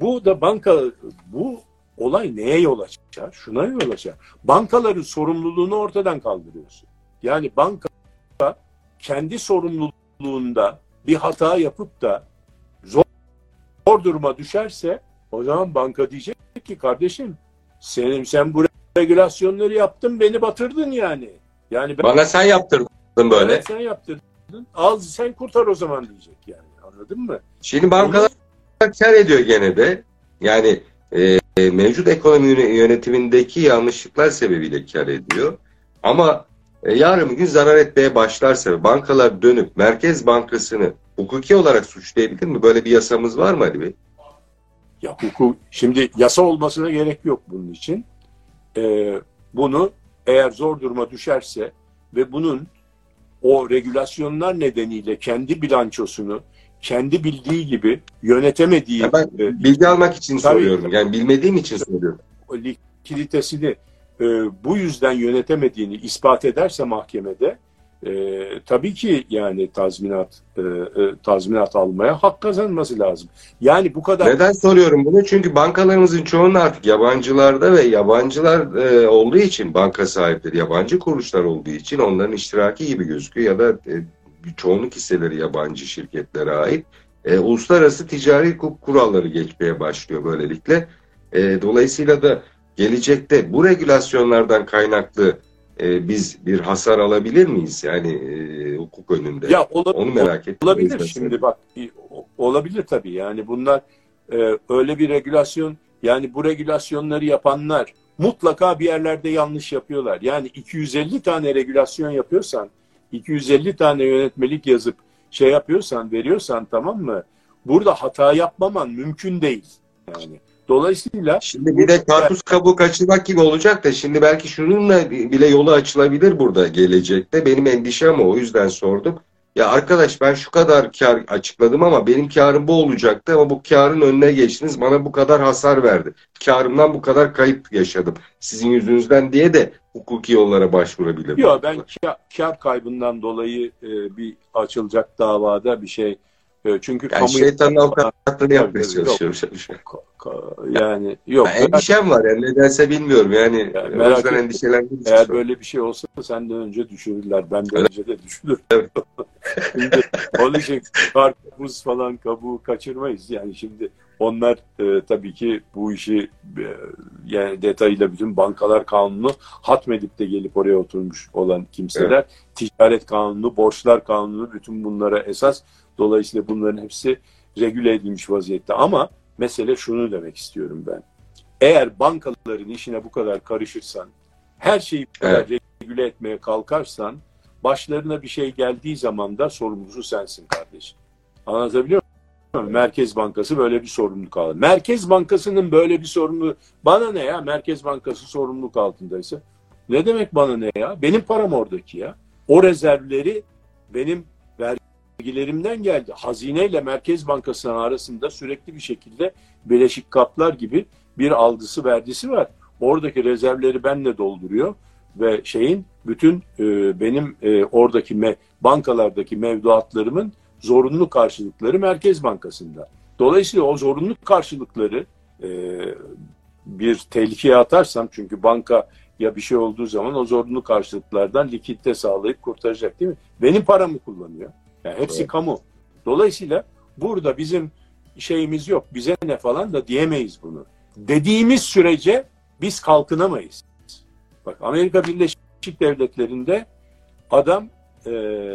Bu da banka, bu olay neye yol açar? Şuna yol açar. Bankaların sorumluluğunu ortadan kaldırıyorsun. Yani banka kendi sorumluluğunda bir hata yapıp da zor, zor duruma düşerse o zaman banka diyecek ki kardeşim senin sen bu regülasyonları yaptın beni batırdın yani. Yani ben, bana sen yaptırdın böyle. Evet, sen yaptırdın. Al sen kurtar o zaman diyecek yani. Anladın mı? Şimdi bankalar Onu... kar ediyor gene de. Yani e, mevcut ekonomi yönetimindeki yanlışlıklar sebebiyle kar ediyor. Ama e, yarın bir gün zarar etmeye başlarsa bankalar dönüp Merkez Bankası'nı hukuki olarak suçlayabilir mi? Böyle bir yasamız var mı Ali Bey? Ya hukuk, şimdi yasa olmasına gerek yok bunun için. Ee, bunu eğer zor duruma düşerse ve bunun o regülasyonlar nedeniyle kendi bilançosunu kendi bildiği gibi yönetemediği... Ya ben bilgi almak için tabii, soruyorum. Yani bilmediğim için soruyorum. O likiditesini e, bu yüzden yönetemediğini ispat ederse mahkemede e, tabii ki yani tazminat e, e, tazminat almaya hak kazanması lazım. Yani bu kadar... Neden soruyorum bunu? Çünkü bankalarımızın çoğunun artık yabancılarda ve yabancılar e, olduğu için banka sahipleri, yabancı kuruluşlar olduğu için onların iştiraki gibi gözüküyor ya da e, çoğunluk hisseleri yabancı şirketlere ait. E, uluslararası ticari hukuk kuralları geçmeye başlıyor böylelikle. E, dolayısıyla da gelecekte bu regülasyonlardan kaynaklı e, biz bir hasar alabilir miyiz? Yani e, hukuk önünde. Ya olab- Onu merak ettim. Olabilir şimdi bak. Olabilir tabii. Yani bunlar e, öyle bir regülasyon, yani bu regülasyonları yapanlar mutlaka bir yerlerde yanlış yapıyorlar. Yani iki yüz elli tane regülasyon yapıyorsan, iki yüz elli tane yönetmelik yazıp şey yapıyorsan, veriyorsan, tamam mı? Burada hata yapmaman mümkün değil. Yani dolayısıyla şimdi bir de karpuz kabuğu kaçırmak gibi olacak da şimdi belki şununla bile yolu açılabilir burada gelecekte. Benim endişem o. O yüzden sordum. Ya arkadaş ben şu kadar kar açıkladım ama benim karım bu olacaktı ama bu karın önüne geçtiniz. Bana bu kadar hasar verdi. Karımdan bu kadar kayıp yaşadım. Sizin yüzünüzden diye de hukuki yollara başvurabilir. Yok, ben kar, kar kaybından dolayı e, bir açılacak davada bir şey e, çünkü yani kamu şeytanın avukatlığını yapmaya çalışıyorum. Yani yok. Ya, endişem var yani nedense bilmiyorum yani, yani o yüzden endişelendim. Eğer böyle bir şey olsa senden önce düşürürler. Ben de önce de düşürür. Evet. Şimdi onun için karpuz falan kabuğu kaçırmayız. Yani şimdi onlar e, tabii ki bu işi e, yani detayıyla bütün bankalar kanunu hatmedip de gelip oraya oturmuş olan kimseler, evet. Ticaret kanunu, borçlar kanunu, bütün bunlara esas. Dolayısıyla bunların hepsi regüle edilmiş vaziyette. Ama mesele şunu demek istiyorum ben. Eğer bankaların işine bu kadar karışırsan, her şeyi bu kadar evet. regüle etmeye kalkarsan, başlarına bir şey geldiği zaman da sorumlusu sensin kardeşim. Anlatabiliyor muyum? Merkez Bankası böyle bir sorumluluk aldı. Merkez Bankası'nın böyle bir sorumluluğu, bana ne ya? Merkez Bankası sorumluluk altındaysa. Ne demek bana ne ya? Benim param oradaki ya. O rezervleri benim vergilerimden geldi. Hazine ile Merkez Bankası arasında sürekli bir şekilde bileşik kaplar gibi bir algısı verdisi var. Oradaki rezervleri benle dolduruyor ve şeyin bütün e, benim e, oradaki me, bankalardaki mevduatlarımın zorunlu karşılıkları Merkez Bankası'nda. Dolayısıyla o zorunlu karşılıkları e, bir tehlikeye atarsam, çünkü banka ya bir şey olduğu zaman o zorunlu karşılıklardan likitte sağlayıp kurtaracak değil mi? Benim paramı kullanıyor. Yani hepsi evet. kamu. Dolayısıyla burada bizim şeyimiz yok. Bize ne falan da diyemeyiz bunu. Dediğimiz sürece biz kalkınamayız. Bak Amerika Birleşik Devletleri'nde adam e,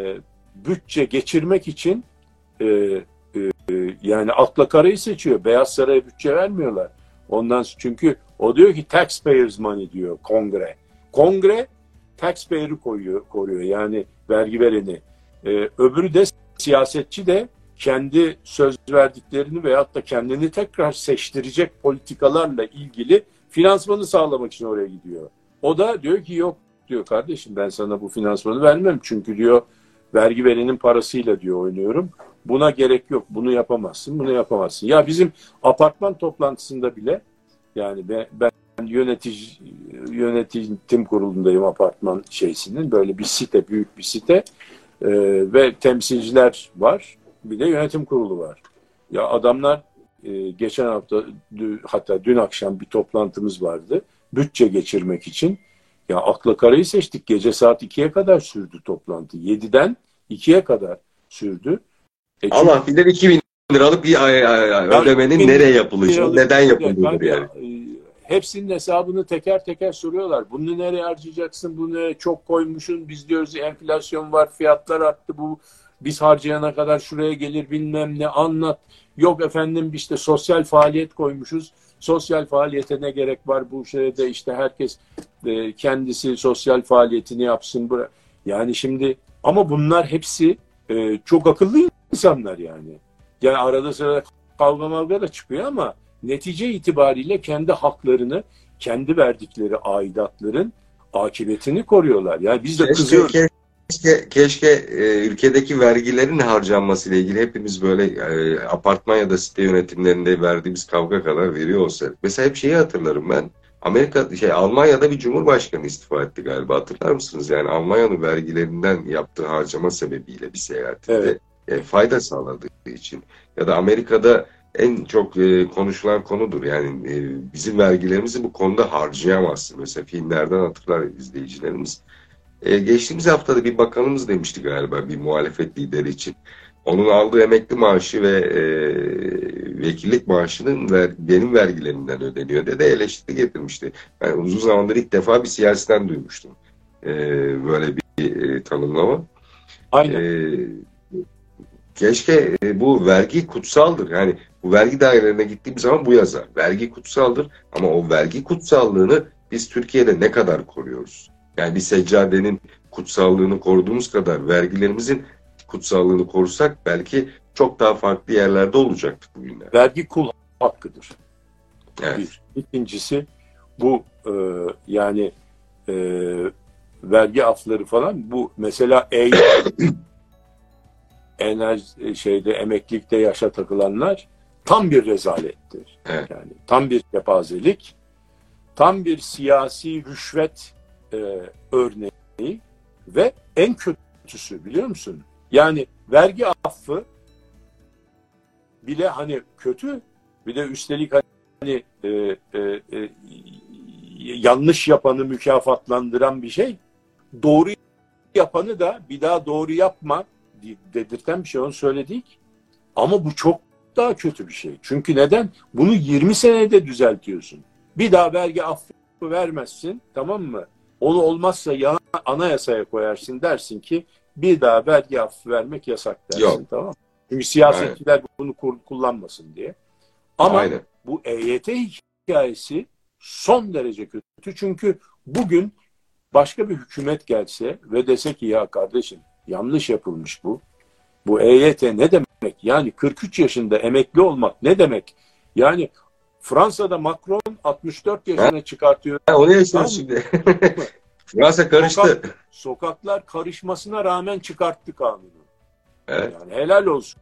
bütçe geçirmek için e, e, yani akla karayı seçiyor. Beyaz Saray'a bütçe vermiyorlar. Ondan çünkü o diyor ki taxpayers money diyor kongre. Kongre taxpayer'ı koyuyor, koruyor yani vergi vereni. E, öbürü de siyasetçi de kendi söz verdiklerini veyahut da kendini tekrar seçtirecek politikalarla ilgili finansmanı sağlamak için oraya gidiyor. O da diyor ki yok diyor kardeşim, ben sana bu finansmanı vermem çünkü diyor vergi verenin parasıyla diyor oynuyorum. Buna gerek yok. Bunu yapamazsın. Bunu yapamazsın. Ya bizim apartman toplantısında bile yani ben, ben yönetici yönetim kurulundayım apartman şeysinin, böyle bir site, büyük bir site ee, ve temsilciler var. Bir de yönetim kurulu var. Ya adamlar e, geçen hafta dü, hatta dün akşam bir toplantımız vardı. Bütçe geçirmek için. Ya akla karayı seçtik. Gece saat ikiye kadar sürdü toplantı. yediden ikiye kadar sürdü. E Allah bilir iki bin liralık bir ay, ay, ay, ödemenin nereye yapılacağı, neden yapıldığıdır yani. E, hepsinin hesabını teker teker soruyorlar. Bunu nereye harcayacaksın? Bunu nereye çok koymuşsun? Biz diyoruz enflasyon var, fiyatlar arttı. Bu biz harcayana kadar şuraya gelir bilmem ne anlat. Yok efendim işte sosyal faaliyet koymuşuz. Sosyal faaliyete ne gerek var bu şeyde işte herkes e, kendisi sosyal faaliyetini yapsın. Yani şimdi ama bunlar hepsi e, çok akıllı insanlar yani. Yani arada sırada kavga mavga da çıkıyor ama netice itibariyle kendi haklarını, kendi verdikleri aidatların akıbetini koruyorlar. Yani biz de keşke, kızıyoruz. Keşke, keşke e, ülkedeki vergilerin harcanması ile ilgili hepimiz böyle e, apartman ya da site yönetimlerinde verdiğimiz kavga kadar veriyor olsak. Mesela hep şeyi hatırlarım ben. Amerika, şey Almanya'da bir cumhurbaşkanı istifa etti galiba. Hatırlar mısınız? Yani Almanya'nın vergilerinden yaptığı harcama sebebiyle bir seyahatinde Evet. e, fayda sağladığı için. Ya da Amerika'da en çok e, konuşulan konudur. Yani e, bizim vergilerimizi bu konuda harcayamazsın. Mesela filmlerden hatırlar izleyicilerimiz. E, geçtiğimiz haftada bir bakanımız demişti galiba bir muhalefet lideri için. Onun aldığı emekli maaşı ve e, vekillik maaşının ver, benim vergilerimden ödeniyor dedi, eleştiri getirmişti. Yani uzun zamandır ilk defa bir siyaseten duymuştum. E, böyle bir e, tanımlama. Aynen. E, keşke e, bu vergi kutsaldır. Yani bu vergi dairelerine gittiğim zaman bu yazar. Vergi kutsaldır ama o vergi kutsallığını biz Türkiye'de ne kadar koruyoruz? Yani bir seccadenin kutsallığını koruduğumuz kadar vergilerimizin kutsallığını korusak belki çok daha farklı yerlerde olacaktık bugünler. Vergi kul hakkıdır. Evet. Bir. İkincisi bu e, yani e, vergi afları falan bu mesela e enerji şeyde emeklilikte yaşa takılanlar tam bir rezalettir. Evet. Yani tam bir kepazelik, tam bir siyasi rüşvet e, örneği ve en kötüsü biliyor musun? Yani vergi affı bile hani kötü, bir de üstelik hani e, e, e, yanlış yapanı mükafatlandıran bir şey. Doğru yapanı da bir daha doğru yapma dedirten bir şey, onu söyledik. Ama bu çok daha kötü bir şey. Çünkü neden? Bunu yirmi senede düzeltiyorsun. Bir daha vergi affı vermezsin, tamam mı? Onu olmazsa ya anayasaya koyarsın, dersin ki bir daha vergi affı vermek yasak dersin. Yok. Tamam mı? Çünkü siyasetçiler Aynen. bunu kullanmasın diye. Ama Aynen. bu E Y T hikayesi son derece kötü. Çünkü bugün başka bir hükümet gelse ve dese ki ya kardeşim yanlış yapılmış bu. Bu E Y T ne demek? Yani kırk üç yaşında emekli olmak ne demek? Yani Fransa'da Macron altmış dört yaşına çıkartıyor. Ha, onu yaşıyoruz şimdi. Fransa karıştı. Sokak, sokaklar karışmasına rağmen çıkarttı kanunu. Evet. Yani helal olsun.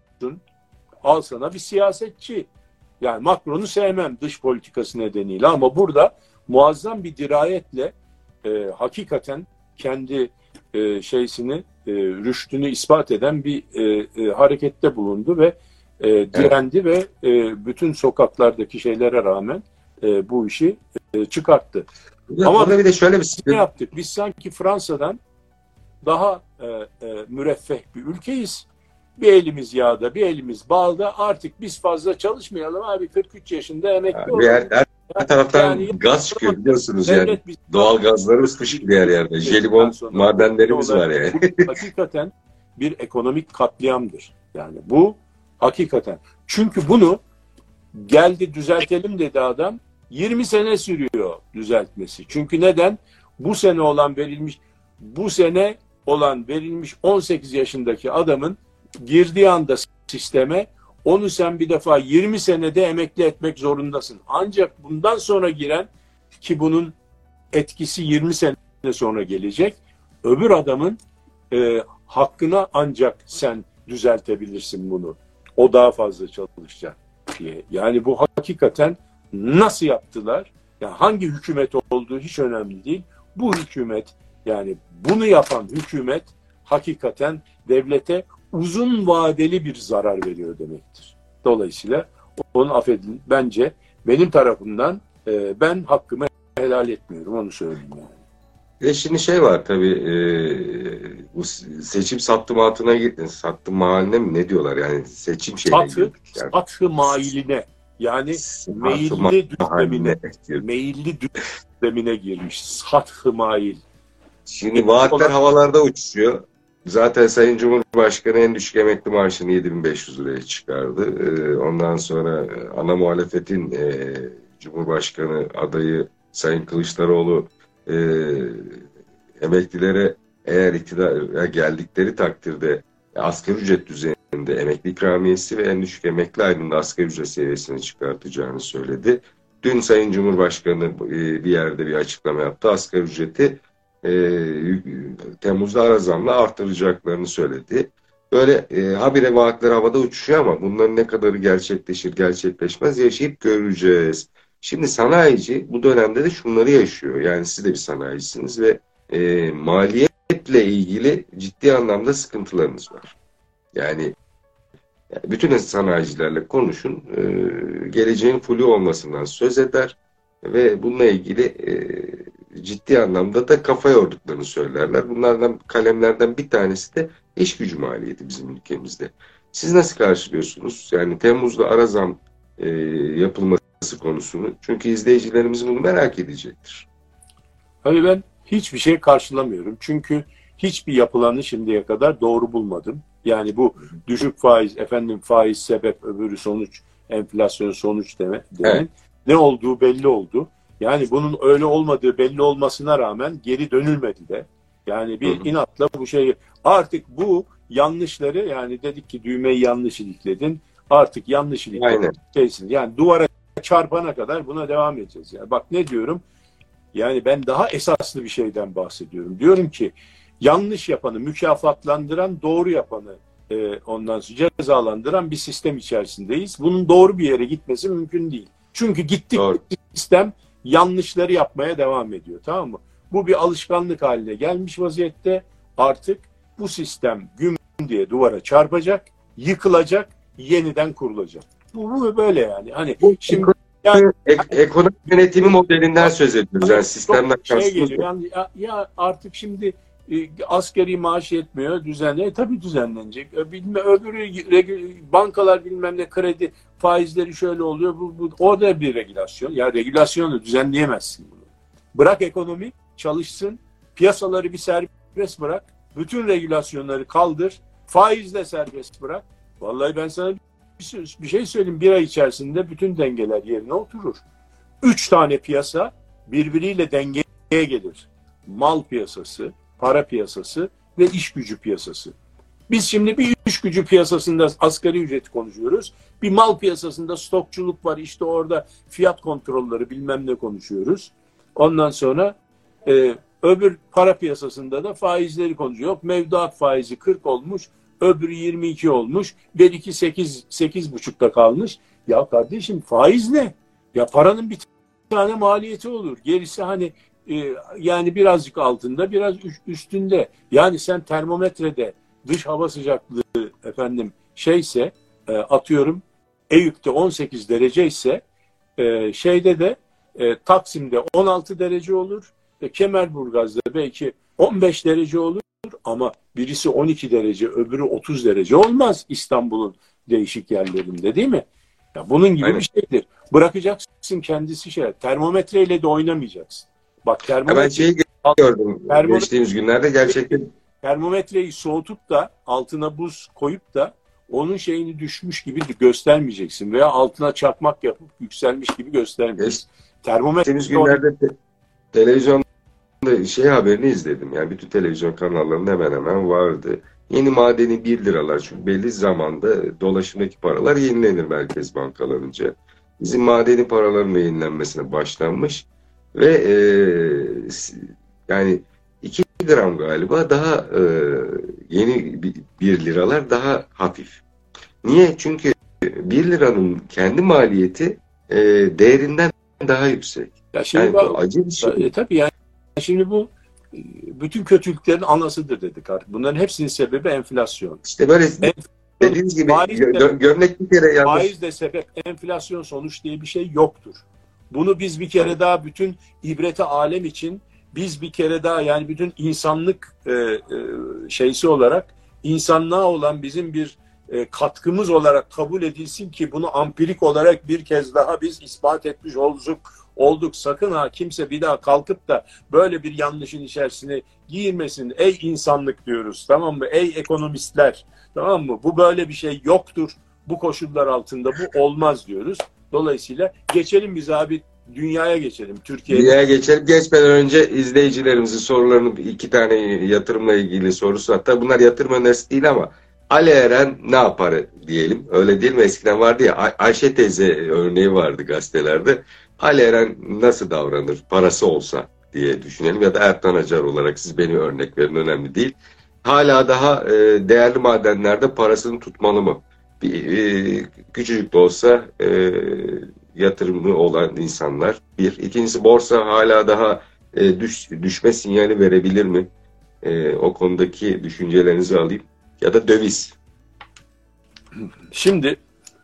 Al sana bir siyasetçi. Yani Macron'u sevmem dış politikası nedeniyle ama burada muazzam bir dirayetle e, hakikaten kendi e, şeysini, e, rüştünü ispat eden bir e, e, harekette bulundu ve e, direndi evet. ve e, bütün sokaklardaki şeylere rağmen e, bu işi e, çıkarttı. Burada, Ama burada bir de şöyle bir ne yaptık? Biz sanki Fransa'dan daha e, e, müreffeh bir ülkeyiz. Bir elimiz yağda, bir elimiz balda. Artık biz fazla çalışmayalım abi. kırk üç yaşında emekli olalım. Her, her, her taraftan yani, gaz çıkıyor biliyorsunuz yani. Doğal gazlarımız fışkırıyor her yerde. Jelibon madenlerimiz var yani. Bu hakikaten bir ekonomik katliamdır. Yani bu hakikaten. Çünkü bunu geldi düzeltelim dedi adam. yirmi sene sürüyor düzeltmesi. Çünkü neden? Bu sene olan verilmiş, bu sene olan verilmiş on sekiz yaşındaki adamın girdiği anda sisteme onu sen bir defa yirmi senede emekli etmek zorundasın. Ancak bundan sonra giren, ki bunun etkisi yirmi sene sonra gelecek, öbür adamın e, hakkına ancak sen düzeltebilirsin bunu. O daha fazla çalışacak diye. Yani bu hakikaten nasıl yaptılar? Yani hangi hükümet olduğu hiç önemli değil. Bu hükümet, yani bunu yapan hükümet hakikaten devlete uzun vadeli bir zarar veriyor demektir. Dolayısıyla Onu affedin. Bence benim tarafımdan e, ben hakkımı helal etmiyorum. Onu söyleyeyim yani. Ve şimdi şey var tabii, e, bu seçim sattımatına gittin. Sattım haline mi ne diyorlar yani, seçim şeyine Satı, girdik yani. satı mailine, yani meyilli düzlemine, meyilli düzlemine girmiş. Satı mail. Şimdi vaatler havalarda uçuşuyor. Zaten Sayın Cumhurbaşkanı en düşük emekli maaşını yedi bin beş yüz liraya çıkardı. Ee, ondan sonra ana muhalefetin e, Cumhurbaşkanı adayı Sayın Kılıçdaroğlu e, emeklilere eğer iktidara geldikleri takdirde asgari ücret düzeyinde emekli ikramiyesi ve en düşük emekli aylığında asgari ücret seviyesini çıkartacağını söyledi. Dün Sayın Cumhurbaşkanı e, bir yerde bir açıklama yaptı. Asgari ücreti e, Temmuz'da ara zamla artıracaklarını söyledi. Böyle e, habire vaatler havada uçuşuyor ama bunların ne kadarı gerçekleşir, gerçekleşmez yaşayıp göreceğiz. Şimdi sanayici bu dönemde de şunları yaşıyor. Yani siz de bir sanayicisiniz ve e, maliyetle ilgili ciddi anlamda sıkıntılarınız var. Yani bütün sanayicilerle konuşun, e, geleceğin flu olmasından söz eder ve bununla ilgili e, ciddi anlamda da kafa yorduklarını söylerler. Bunlardan, kalemlerden bir tanesi de iş gücü maliyeti bizim ülkemizde. Siz nasıl karşılıyorsunuz? Yani Temmuz'da ara zam e, yapılması konusunu. Çünkü izleyicilerimiz bunu merak edecektir. Hayır, ben hiçbir şey karşılamıyorum. Çünkü hiçbir yapılanı şimdiye kadar doğru bulmadım. Yani bu düşük faiz, efendim faiz sebep, öbürü sonuç, enflasyon sonuç deme, demin. Evet. Ne olduğu belli oldu. Yani bunun öyle olmadığı belli olmasına rağmen geri dönülmedi de. Yani bir hı hı. inatla bu şeyi, artık bu yanlışları, yani dedik ki düğmeyi yanlış ilikledin, artık yanlış ilikledin. Yani duvara çarpana kadar buna devam edeceğiz. Yani bak ne diyorum, yani ben daha esaslı bir şeyden bahsediyorum. Diyorum ki yanlış yapanı mükafatlandıran, doğru yapanı e, ondan sonra cezalandıran bir sistem içerisindeyiz. Bunun doğru bir yere gitmesi mümkün değil. Çünkü gittik sistem yanlışları yapmaya devam ediyor, tamam mı? Bu bir alışkanlık haline gelmiş vaziyette. Artık bu sistem güm diye duvara çarpacak, yıkılacak, yeniden kurulacak. Bu, bu böyle yani. Hani bu, şimdi yani, ek, ekonomi yönetimi modelinden söz ediyoruz. Yani sistemden şey geliyor. Yani, ya, ya artık şimdi e, asgari maaş yetmiyor, düzenle. E, tabii düzenlenecek. E, bilme, öbürü regü, bankalar bilmem ne kredi faizleri şöyle oluyor. Bu, bu o da bir regülasyon. Ya regülasyonu düzenleyemezsin bunu. Bırak ekonomi çalışsın, piyasaları bir serbest bırak, bütün regülasyonları kaldır, faizle serbest bırak. Vallahi ben sana bir şey söyleyeyim, bir ay içerisinde bütün dengeler yerine oturur. Üç tane piyasa birbiriyle dengeye gelir. Mal piyasası, para piyasası ve iş gücü piyasası. Biz şimdi bir iş gücü piyasasında asgari ücreti konuşuyoruz. Bir mal piyasasında stokçuluk var, işte orada fiyat kontrolleri bilmem ne konuşuyoruz. Ondan sonra e, öbür para piyasasında da faizleri konuşuyor. Yok, mevduat faizi kırk olmuş, öbürü yirmi iki olmuş, belki sekiz, sekiz buçukta kalmış. Ya kardeşim faiz ne? Ya paranın bir tane maliyeti olur. Gerisi hani e, yani birazcık altında, biraz üstünde. Yani sen termometrede dış hava sıcaklığı efendim şeyse e, atıyorum Eyüp'te on sekiz derece ise e, şeyde de e, Taksim'de on altı derece olur. E, Kemerburgaz'da belki on beş derece olur. Ama birisi on iki derece, öbürü otuz derece olmaz İstanbul'un değişik yerlerinde, değil mi? Ya bunun gibi Aynen. bir şeydir. Bırakacaksın kendisi şey. Termometreyle de oynamayacaksın. Bak termometre. Ben şeyi gördüm termometre, geçtiğimiz günlerde gerçekten. Termometreyi soğutup da altına buz koyup da onun şeyini düşmüş gibi göstermeyeceksin veya altına çakmak yapıp yükselmiş gibi göstermeyeceksin. Termometre. Geçtiğimiz günlerde te televizyon şey haberini izledim. Yani bütün televizyon kanallarında hemen hemen vardı. Yeni madeni bir liralar, çünkü belli zamanda dolaşımdaki paralar yenilenir merkez bankalarınca. Bizim madeni paraların yenilenmesine başlanmış ve e, yani iki gram galiba daha e, yeni bir liralar daha hafif. Niye? Çünkü bir liranın kendi maliyeti e, değerinden daha yüksek. Ya şimdi yani bu acı bir şey. E, tabii yani şimdi bu bütün kötülüklerin anasıdır dedik artık. Bunların hepsinin sebebi enflasyon. İşte böyle Dediğiniz gibi faiz de, gö gömlek bir kere yanlış. faiz de sebep, enflasyon sonuç diye bir şey yoktur. Bunu biz bir kere daha bütün ibreti alem için, biz bir kere daha yani bütün insanlık e, e, şeysi olarak, insanlığa olan bizim bir e, katkımız olarak kabul edilsin ki bunu ampirik olarak bir kez daha biz ispat etmiş olduk. olduk. Sakın ha kimse bir daha kalkıp da böyle bir yanlışın içerisine girmesin. Ey insanlık diyoruz, tamam mı? Ey ekonomistler, tamam mı? Bu böyle bir şey yoktur. Bu koşullar altında bu olmaz diyoruz. Dolayısıyla geçelim biz abi, dünyaya geçelim. Türkiye'ye Dünyaya geçelim. Geçmeden önce izleyicilerimizin sorularını, iki tane yatırımla ilgili sorusu, hatta bunlar yatırım önerisi değil ama Ali Eren ne yapar diyelim. Öyle değil mi? Eskiden vardı ya, Ay Ayşe teyze örneği vardı gazetelerde. Ali Eren nasıl davranır parası olsa diye düşünelim, ya da Ertan Acar olarak siz beni örnek verin, önemli değil. Hala daha e, değerli madenlerde parasını tutmalı mı? Bir, e, küçücük de olsa e, yatırımı olan insanlar. Bir. İkincisi, borsa hala daha e, düş, düşme sinyali verebilir mi? E, o konudaki düşüncelerinizi alayım. Ya da döviz. Şimdi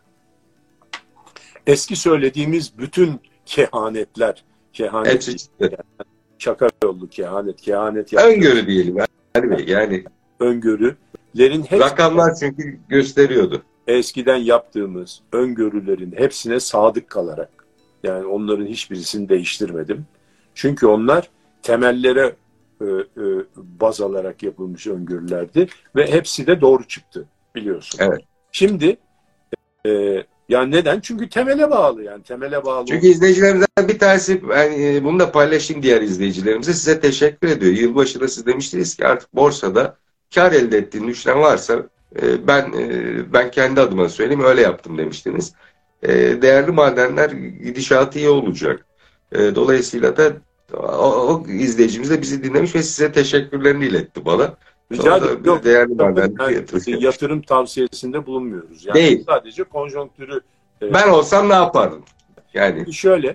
eski söylediğimiz bütün kehanetler, kehanet, Hepsi çıktı. şaka yollu kehanet, kehanet Öngörü diyelim. Yani, yani öngörülerin hepsi, rakamlar çünkü gösteriyordu. eskiden yaptığımız öngörülerin hepsine sadık kalarak, yani onların hiçbirisini değiştirmedim. Çünkü onlar temellere e, e, baz alarak yapılmış öngörülerdi ve hepsi de doğru çıktı, biliyorsun. Evet. Şimdi e, yani neden? Çünkü temele bağlı, yani temele bağlı. Çünkü izleyicilerimizden bir tanesi, yani bunu da paylaşayım diğer izleyicilerimize, size teşekkür ediyor. Yılbaşında siz demiştiniz ki artık borsada kar elde ettiğini düşünen varsa e, ben e, ben kendi adıma söyleyeyim, öyle yaptım demiştiniz. E, değerli madenler gidişatı iyi olacak. E, dolayısıyla da o, o izleyicimiz de bizi dinlemiş ve size teşekkürlerini iletti bana. Rica ederim. Yok, değerli yok, madenler yani yatırım tavsiyesinde bulunmuyoruz. Yani değil. Sadece konjonktürü. E, ben olsam ne yapardım? Yani şöyle.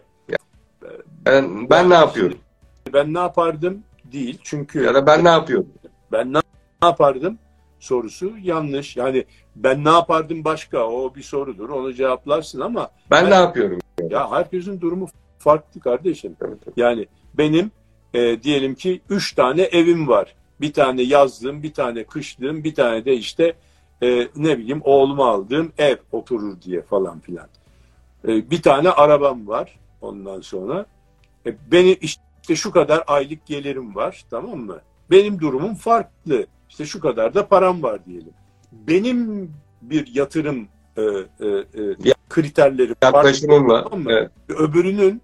ben ben yani ne yapıyorum? Ben ne yapardım değil. Çünkü Ya da ben ne yapıyorum? Ben ne yapardım sorusu yanlış. Yani ben ne yapardım başka, o bir sorudur. Onu cevaplarsın ama Ben, ben, ne yapıyorum? ya herkesin durumu farklı kardeşim. Evet, evet. Yani benim e, diyelim ki üç tane evim var. Bir tane yazlığım, bir tane kışlığım, bir tane de işte e, ne bileyim oğluma aldığım ev oturur diye falan filan. E, bir tane arabam var ondan sonra. E, beni işte şu kadar aylık gelirim var, tamam mı? Benim durumum farklı. İşte şu kadar da param var diyelim. Benim bir yatırım e, e, e, kriterleri yaklaşımımla. farklı, tamam mı? Evet. Öbürünün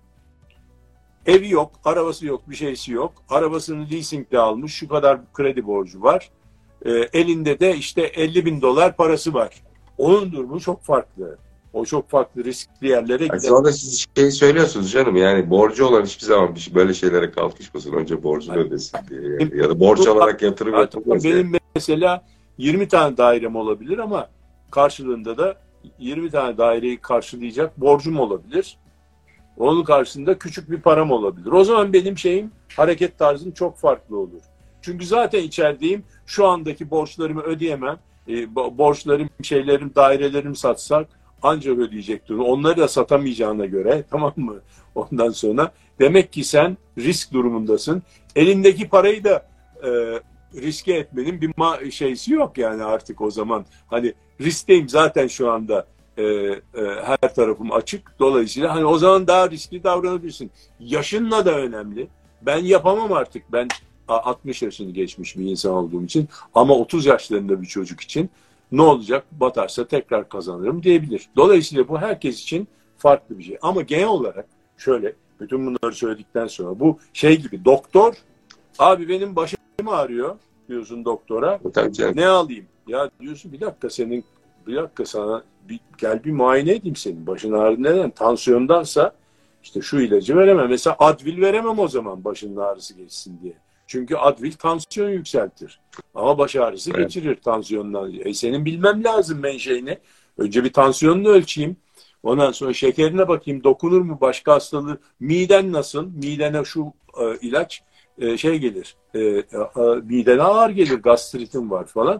evi yok, arabası yok, bir şeysi yok. Arabasını leasingle almış, şu kadar kredi borcu var. E, elinde de işte elli bin dolar parası var. Onun durumu çok farklı. O çok farklı riskli yerlere gider. Sonra siz şey söylüyorsunuz canım, yani borcu olan hiçbir zaman bir şey, böyle şeylere kalkışmasın. Önce borcunu Hayır. ödesin diye. Yani. Ya da borç alarak yatırım yapılmaz. Benim yani. mesela yirmi tane dairem olabilir ama karşılığında da yirmi tane daireyi karşılayacak borcum olabilir. Onun karşısında küçük bir param olabilir. O zaman benim şeyim, hareket tarzım çok farklı olur. Çünkü zaten içerideyim. Şu andaki borçlarımı ödeyemem. E, borçlarım, şeylerim, dairelerimi satsak ancak ödeyecektir. Onları da satamayacağına göre, tamam mı? Ondan sonra demek ki sen risk durumundasın. Elindeki parayı da e, riske etmenin bir ma- şeysi yok yani artık o zaman. Hani riskteyim zaten şu anda. E, e, her tarafım açık. Dolayısıyla hani o zaman daha riskli davranabilirsin. Yaşınla da önemli. Ben yapamam artık. Ben altmış yaşını geçmiş bir insan olduğum için, ama otuz yaşlarında bir çocuk için ne olacak? Batarsa tekrar kazanırım diyebilir. Dolayısıyla bu herkes için farklı bir şey. Ama genel olarak şöyle, bütün bunları söyledikten sonra bu şey gibi, doktor abi benim başım ağrıyor diyorsun doktora. Ne alayım? Ya diyorsun bir dakika senin bir dakika sana bir, gel bir muayene edeyim senin. Başın ağrı neden? Tansiyondansa işte şu ilacı veremem. Mesela Advil veremem o zaman başının ağrısı geçsin diye. Çünkü Advil tansiyon yükseltir. Ama baş ağrısı evet. geçirir tansiyondan. E senin bilmem lazım menşeini. Önce bir tansiyonunu ölçeyim. Ondan sonra şekerine bakayım. Dokunur mu başka hastalığı? Miden nasıl? Midene şu e, ilaç e, şey gelir. E, e, midene ağır gelir. Gastritin var falan.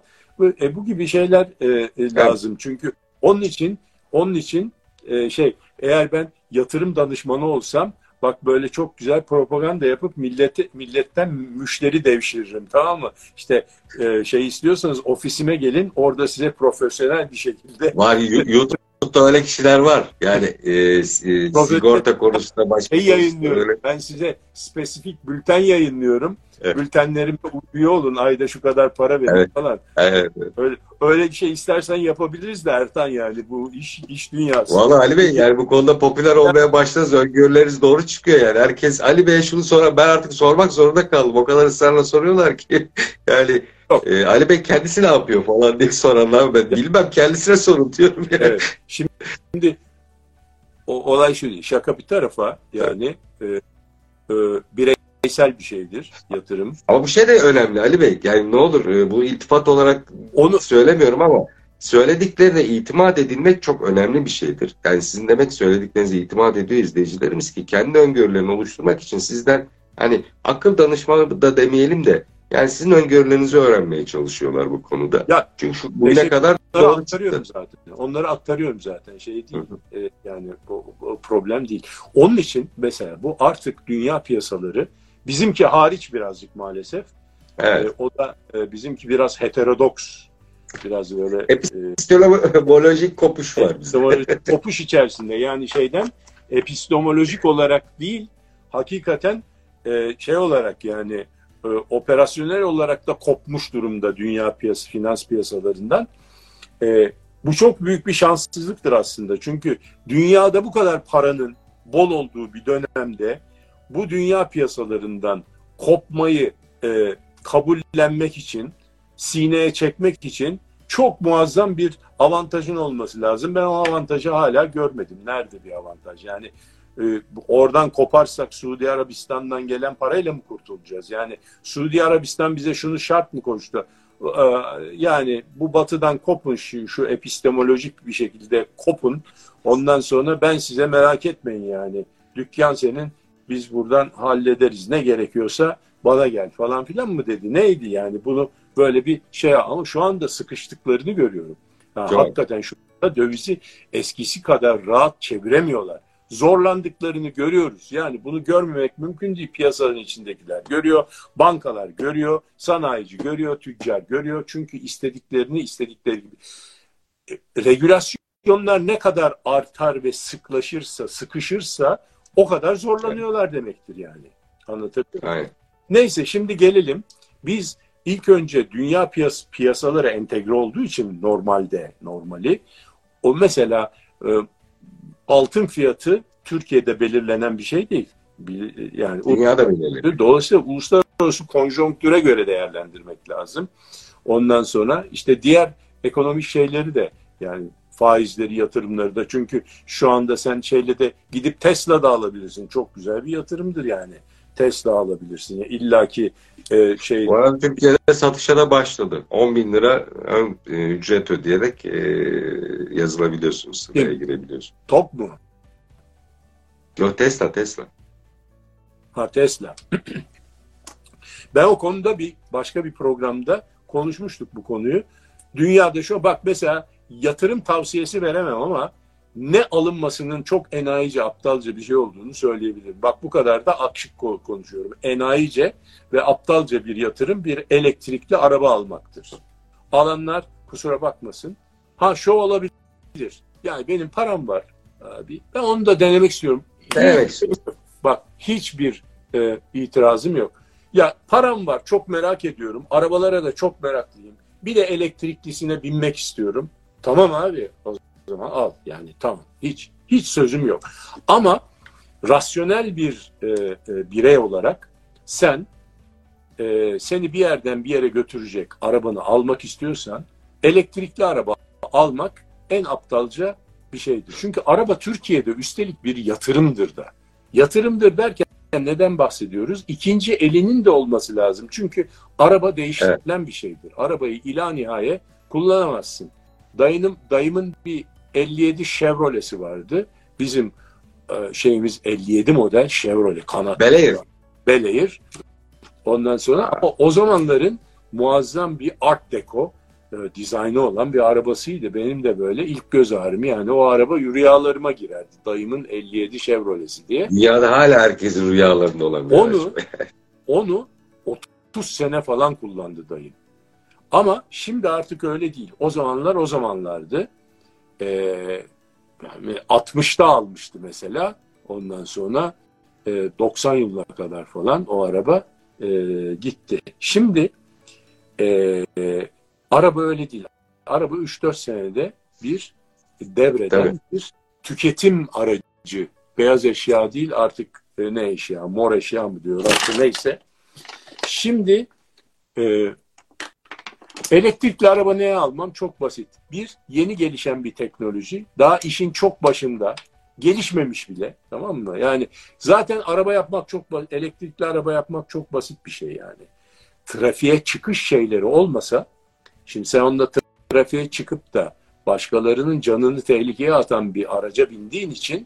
bu, e, bu gibi şeyler e, e, lazım. Evet. Çünkü onun için onun için e, şey eğer ben yatırım danışmanı olsam bak böyle çok güzel propaganda yapıp milleti, milletten müşteri devşiririm, tamam mı? İşte e, şey istiyorsanız ofisime gelin, orada size profesyonel bir şekilde. Var, YouTube'da öyle kişiler var. Yani e, e, sigorta konusunda başka şey yayınlıyorum. Öyle. Ben size spesifik bülten yayınlıyorum. Evet. Bültenlerime üye olun, ayda şu kadar para verin, evet. falan. Evet, evet. Öyle, öyle bir şey istersen yapabiliriz de Ertan, yani bu iş iş dünyası. Vallahi Ali Bey, yani bu konuda popüler olmaya başladınız, öngörüleriniz doğru çıkıyor yani. Herkes Ali Bey'e şunu sorar, ben artık sormak zorunda kaldım. O kadar ısrarla soruyorlar ki yani e, Ali Bey kendisi ne yapıyor falan diye soranlar, ben bilmem, kendisine sorun diyorum yani. Evet. Şimdi o olay şu değil, şaka bir tarafa, yani evet. e, e, bireysel bir şeydir yatırım. Ama bu şey de önemli Ali Bey. Yani ne olur, bu iltifat olarak onu söylemiyorum ama söylediklerine itimat edilmek çok önemli bir şeydir. Yani sizin demek söylediklerinize itimat ediyor izleyicilerimiz ki kendi öngörülerini oluşturmak için sizden, hani akıl danışmanı da demeyelim de, yani sizin öngörülerinizi öğrenmeye çalışıyorlar bu konuda. Ya, çünkü şu, bu ne kadar doğru aktarıyorum çıktı. zaten. Onları aktarıyorum zaten. Şey değil. Hı hı. E, yani bu, bu problem değil. Onun için mesela bu artık dünya piyasaları, bizimki hariç birazcık maalesef. Evet. E, o da e, bizimki biraz heterodoks. Biraz böyle epistemolojik kopuş var. Epistemolojik kopuş içerisinde, yani şeyden epistemolojik olarak değil, hakikaten e, şey olarak, yani e, operasyonel olarak da kopmuş durumda dünya piyası, finans piyasalarından. E, bu çok büyük bir şanssızlıktır aslında. Çünkü dünyada bu kadar paranın bol olduğu bir dönemde bu dünya piyasalarından kopmayı e, kabullenmek için, sineye çekmek için çok muazzam bir avantajın olması lazım. Ben o avantajı hala görmedim. Nerede bir avantaj? Yani e, oradan koparsak Suudi Arabistan'dan gelen parayla mı kurtulacağız? Yani Suudi Arabistan bize şunu şart mı koştu? E, yani bu batıdan kopun, şu, şu epistemolojik bir şekilde kopun. Ondan sonra ben size, merak etmeyin yani. Dükkan senin, biz buradan hallederiz. Ne gerekiyorsa bana gel falan filan mı dedi? Neydi yani? Bunu böyle bir şey, ama şu anda sıkıştıklarını görüyorum. Yani hakikaten şu anda dövizi eskisi kadar rahat çeviremiyorlar. Zorlandıklarını görüyoruz. Yani bunu görmemek mümkün değil. Piyasanın içindekiler görüyor, bankalar görüyor, sanayici görüyor, tüccar görüyor. Çünkü istediklerini istedikleri gibi. Regülasyonlar ne kadar artar ve sıklaşırsa, sıkışırsa o kadar zorlanıyorlar demektir yani. Anlatabiliyor muyum? Neyse, şimdi gelelim. Biz ilk önce dünya piyas piyasalara entegre olduğu için normalde normali o mesela e, altın fiyatı Türkiye'de belirlenen bir şey değil. Bir, yani dünyada belirleniyor. Dolayısıyla uluslararası konjonktüre göre değerlendirmek lazım. Ondan sonra işte diğer ekonomik şeyleri de, yani faizleri, yatırımları da, çünkü şu anda sen şeyle de gidip Tesla da alabilirsin. Çok güzel bir yatırımdır yani. Tesla alabilirsin. Yani İlla ki e, şey... Bu arada Türkiye'de satışa da başladı. on bin lira ön e, ücret ödeyerek e, yazılabiliyorsunuz. Sıraya girebiliyorsunuz. Top mu? Yok, Tesla, Tesla. Ha, Tesla. Ben o konuda bir başka bir programda konuşmuştuk bu konuyu. Dünyada şu, bak mesela yatırım tavsiyesi veremem ama ne alınmasının çok enayice, aptalca bir şey olduğunu söyleyebilirim. Bak bu kadar da açık konuşuyorum. Enayice ve aptalca bir yatırım bir elektrikli araba almaktır. Alanlar kusura bakmasın. Ha, şu olabilir. Yani benim param var abi. Ben onu da denemek istiyorum. Denemek istiyorum. Bak hiçbir e, itirazım yok. Ya param var, çok merak ediyorum. Arabalara da çok meraklıyım. Bir de elektriklisine binmek istiyorum. Tamam abi, o zaman al. Yani tamam. Hiç hiç sözüm yok. Ama rasyonel bir e, e, birey olarak sen e, seni bir yerden bir yere götürecek arabanı almak istiyorsan elektrikli araba almak en aptalca bir şeydir. Çünkü araba Türkiye'de üstelik bir yatırımdır da. Yatırımdır derken neden bahsediyoruz? İkinci elinin de olması lazım. Çünkü araba değiştirilen evet. bir şeydir. Arabayı ila nihaye kullanamazsın. Dayının, dayımın bir elli yedi Chevrolet'si vardı. Bizim e, şeyimiz elli yedi model Chevrolet kanat. Bel Air. Bel Air. Ondan sonra o, o zamanların muazzam bir Art Deco e, dizaynı olan bir arabasıydı. Benim de böyle ilk göz ağrım, yani o araba rüyalarıma girerdi. Dayımın elli yedi Chevrolet'si diye. Dünyada hala herkesin rüyalarında olan bir Onu, araç. onu otuz sene falan kullandı dayım. Ama şimdi artık öyle değil. O zamanlar o zamanlardı. Ee, yani altmışta almıştı mesela. Ondan sonra e, doksan yılına kadar falan o araba e, gitti. Şimdi e, e, araba öyle değil. Araba üç dört senede bir devreden Tabii. bir tüketim aracı. Beyaz eşya değil artık, e, ne eşya? Mor eşya mı diyor artık, neyse. Şimdi e, elektrikli araba neye almam? Çok basit. Bir, yeni gelişen bir teknoloji. Daha işin çok başında. Gelişmemiş bile. Tamam mı? Yani zaten araba yapmak çok basit. Elektrikli araba yapmak çok basit bir şey yani. Trafiğe çıkış şeyleri olmasa, şimdi sen onda trafiğe çıkıp da başkalarının canını tehlikeye atan bir araca bindiğin için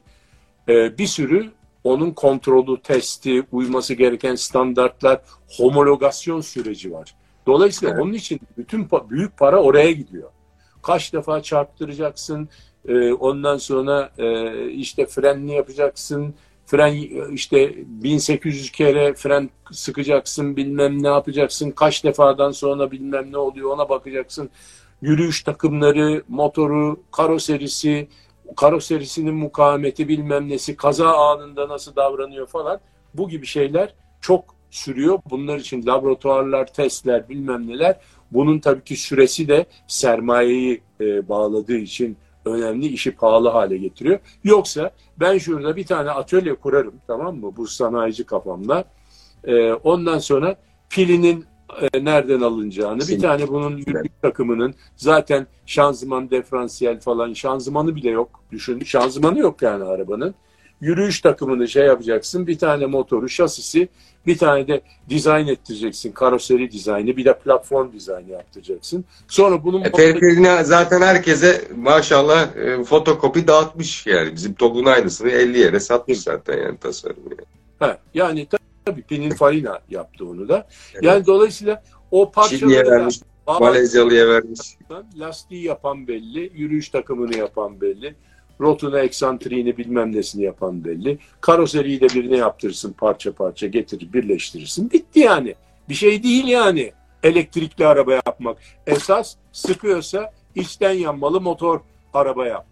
e, bir sürü onun kontrolü, testi, uyması gereken standartlar, homologasyon süreci var. Dolayısıyla Evet. onun için bütün pa- büyük para oraya gidiyor. Kaç defa çarptıracaksın, e, ondan sonra e, işte frenini yapacaksın, fren işte bin sekiz yüz kere fren sıkacaksın, bilmem ne yapacaksın, kaç defadan sonra bilmem ne oluyor ona bakacaksın. Yürüyüş takımları, motoru, karoserisi, karoserisinin mukavemeti, bilmem nesi, kaza anında nasıl davranıyor falan, bu gibi şeyler çok sürüyor. Bunlar için laboratuvarlar, testler, bilmem neler. Bunun tabii ki süresi de sermayeyi e, bağladığı için önemli, işi pahalı hale getiriyor. Yoksa ben şurada bir tane atölye kurarım, tamam mı, bu sanayici kafamla. E, ondan sonra pilinin e, nereden alınacağını, bir tane bunun yürüyüş takımının, zaten şanzıman, diferansiyel falan, şanzımanı bile yok. Düşün, şanzımanı yok yani arabanın. Yürüyüş takımını şey yapacaksın, bir tane motoru, şasisi, bir tane de dizayn ettireceksin, karoseri dizaynı, bir de platform dizaynı yaptıracaksın. Sonra bunun... E, Perkel'ine zaten herkese maşallah e, fotokopi dağıtmış yani. Bizim TOG'un aynısını elli yere satmış zaten yani tasarımı. Yani, Ha, yani tabii Pininfarina yaptı onu da. evet. Yani dolayısıyla o Çinli'ye parçaları vermiş, da Malezyalı'ya vermiş. lastiği yapan belli, yürüyüş takımını yapan belli, rotunu, eksantriğini, bilmem nesini yapan belli. Karoseriyi de birine yaptırırsın, parça parça getirir, birleştirirsin. Bitti yani. Bir şey değil yani elektrikli araba yapmak. Esas sıkıyorsa içten yanmalı motor araba yap.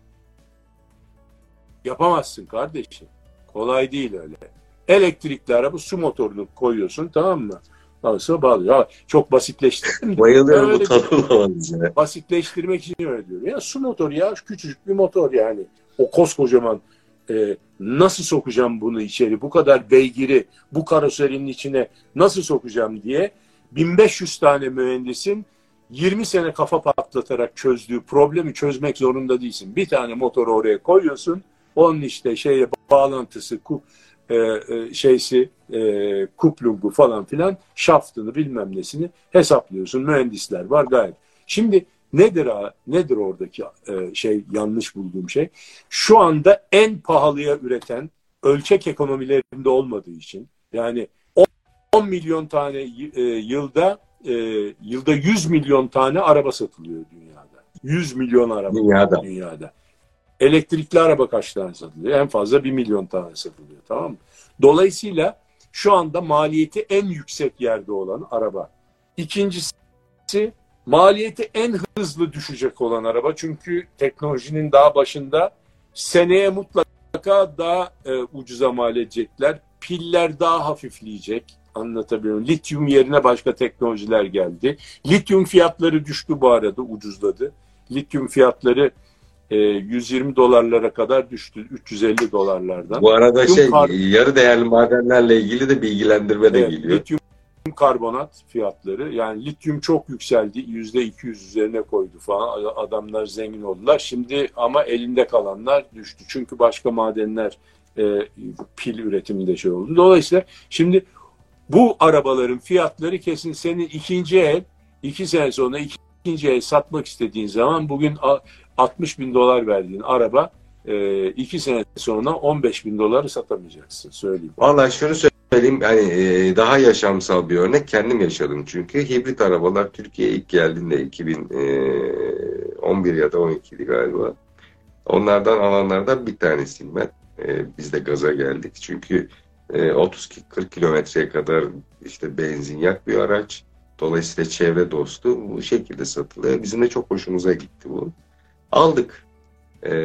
Yapamazsın kardeşim. Kolay değil öyle. Elektrikli araba, su motorunu koyuyorsun, tamam mı? Nasıl bağlıyor? Ya, çok basitleştirdim. Bayılıyorum Öyle bu tanımlamanıza. basitleştirmek için öyle diyorum. Ya su motoru ya, küçücük bir motor yani. O koskocaman, e, nasıl sokacağım bunu içeri? Bu kadar beygiri bu karoserinin içine nasıl sokacağım diye bin beş yüz tane mühendisin yirmi sene kafa patlatarak çözdüğü problemi çözmek zorunda değilsin. Bir tane motoru oraya koyuyorsun. Onun işte şeye bağlantısı, ku, e, e, şeysi, e, kuplungu falan filan, şaftını, bilmem nesini hesaplıyorsun. Mühendisler var gayet. Şimdi nedir ha, nedir oradaki e, şey, yanlış bulduğum şey? Şu anda en pahalıya üreten, ölçek ekonomilerinde olmadığı için, yani on milyon tane e, yılda e, yılda yüz milyon tane araba satılıyor dünyada. yüz milyon araba Dünyada. dünyada. Elektrikli araba kaç tane satılıyor? En fazla bir milyon tane satılıyor. Tamam mı? Dolayısıyla şu anda maliyeti en yüksek yerde olan araba. İkincisi, maliyeti en hızlı düşecek olan araba. Çünkü teknolojinin daha başında, seneye mutlaka daha e, ucuza mal edecekler. Piller daha hafifleyecek. Anlatabiliyor muyum? Lityum yerine başka teknolojiler geldi. Lityum fiyatları düştü bu arada, ucuzladı. Lityum fiyatları e, yüz yirmi dolarlara kadar düştü. üç yüz elli dolarlardan. Bu arada lityum şey kar- yarı değerli madenlerle ilgili de bilgilendirme de evet, geliyor. lityum karbonat fiyatları, yani lityum çok yükseldi. yüzde iki yüz üzerine koydu falan. Adamlar zengin oldular. Şimdi ama elinde kalanlar düştü. Çünkü başka madenler e, pil üretiminde şey oldu. Dolayısıyla şimdi bu arabaların fiyatları kesin, senin ikinci el, iki sene sonra ikinci el satmak istediğin zaman bugün altmış bin dolar verdiğin araba e, iki sene sonra on beş bin doları satamayacaksın, söyleyeyim. Vallahi şunu söyleyeyim, hani e, daha yaşamsal bir örnek kendim yaşadım çünkü. Hibrit arabalar Türkiye'ye ilk geldiğinde iki bin on bir ya da on ikiydi galiba. Onlardan alanlardan bir tanesiyim ben. E, biz de gaza geldik çünkü e, otuz kırk kilometreye kadar işte benzin yakmıyor araç. Dolayısıyla çevre dostu bu şekilde satılıyor. Bizim de çok hoşumuza gitti bu. Aldık. E,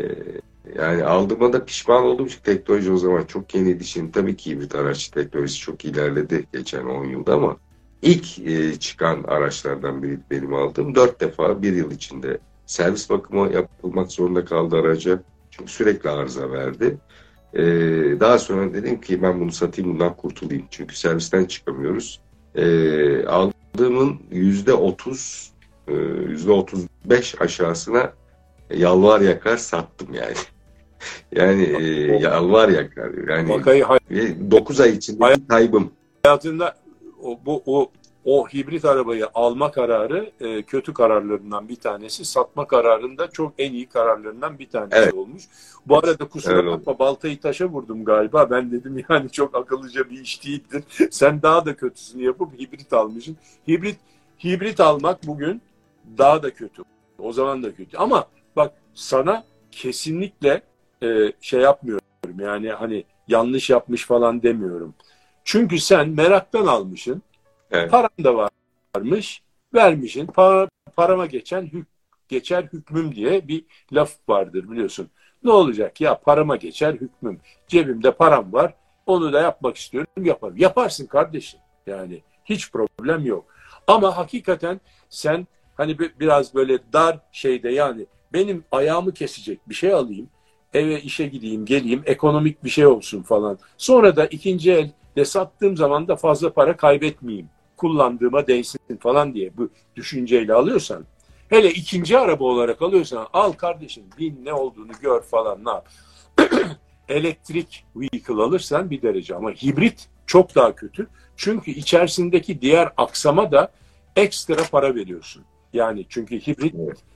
Yani aldığıma da pişman oldum çünkü teknoloji o zaman çok yeniydi. Şimdi tabii ki hibrit araç teknolojisi çok ilerledi geçen on yılda ama ilk e, çıkan araçlardan biri benim aldığım. Dört defa bir yıl içinde servis bakımı yapılmak zorunda kaldı araca. Çünkü sürekli arıza verdi. E, Daha sonra dedim ki ben bunu satayım, bundan kurtulayım. Çünkü servisten çıkamıyoruz. E, aldığımın yüzde otuz, e, yüzde otuz beş aşağısına yalvar yakar sattım yani. Yani e, yalvar yakar. Yani Vakayı dokuz ay içinde bir kaybım. hayatında o, bu, o, o hibrit arabayı alma kararı e, kötü kararlarından bir tanesi. Satma kararında çok en iyi kararlarından bir tanesi Evet. olmuş. Bu arada kusura Öyle bakma oldu. baltayı taşa vurdum galiba. Ben dedim yani çok akıllıca bir iş değildir. Sen daha da kötüsünü yapıp hibrit almışsın. Hibrit hibrit almak bugün daha da kötü. O zaman da kötü. Ama bak sana kesinlikle e, şey yapmıyorum. Yani hani yanlış yapmış falan demiyorum. Çünkü sen meraktan almışsın. Evet. Paran da varmış. Vermişsin. Para, parama geçen hük, geçer hükmüm diye bir laf vardır biliyorsun. Ne olacak ya parama geçer hükmüm. Cebimde param var. Onu da yapmak istiyorum. Yaparım. Yaparsın kardeşim. Yani hiç problem yok. Ama hakikaten sen hani biraz böyle dar şeyde yani benim ayağımı kesecek bir şey alayım. Eve işe gideyim geleyim ekonomik bir şey olsun falan. Sonra da ikinci el de sattığım zaman da fazla para kaybetmeyeyim. Kullandığıma değsin falan diye bu düşünceyle alıyorsan. Hele ikinci araba olarak alıyorsan al kardeşim bin ne olduğunu gör falan ne yap. Elektrik vehicle alırsan bir derece ama hibrit çok daha kötü. Çünkü içerisindeki diğer aksama da ekstra para veriyorsun. Yani çünkü hibrit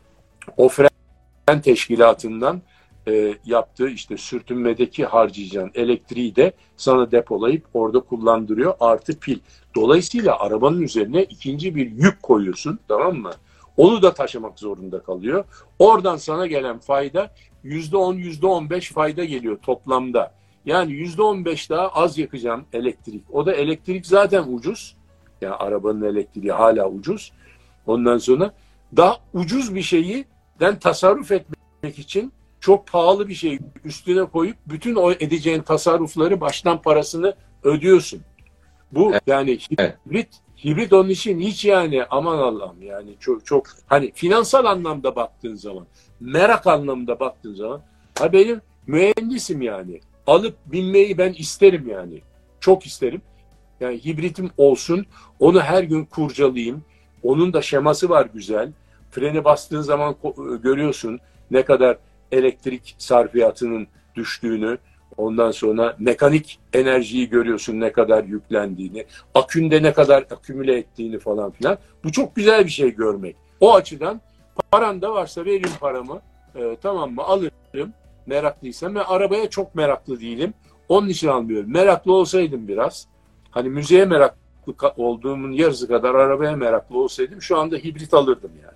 o fren teşkilatından e, yaptığı işte sürtünmedeki harcayacağın elektriği de sana depolayıp orada kullandırıyor artı pil. Dolayısıyla arabanın üzerine ikinci bir yük koyuyorsun tamam mı? Onu da taşımak zorunda kalıyor. Oradan sana gelen fayda yüzde on, yüzde on beş fayda geliyor toplamda. Yani yüzde on beş daha az yakacağım elektrik. O da elektrik zaten ucuz. Yani arabanın elektriği hala ucuz. Ondan sonra daha ucuz bir şeyden tasarruf etmek için çok pahalı bir şey üstüne koyup bütün o edeceğin tasarrufları baştan parasını ödüyorsun. Bu yani hibrit hibrit onun için hiç yani aman Allah'ım yani çok çok hani finansal anlamda baktığın zaman merak anlamda baktığın zaman ha benim mühendisim yani alıp binmeyi ben isterim yani çok isterim. Yani hibritim olsun onu her gün kurcalayayım. Onun da şeması var güzel. Freni bastığın zaman görüyorsun ne kadar elektrik sarfiyatının düştüğünü. Ondan sonra mekanik enerjiyi görüyorsun ne kadar yüklendiğini. Akünde ne kadar akümüle ettiğini falan filan. Bu çok güzel bir şey görmek. O açıdan paran da varsa vereyim paramı. E, tamam mı alırım meraklıysam. Ben arabaya çok meraklı değilim. Onun için almıyorum. Meraklı olsaydım biraz. Hani müziğe meraklı olduğumun yarısı kadar arabaya meraklı olsaydım şu anda hibrit alırdım yani.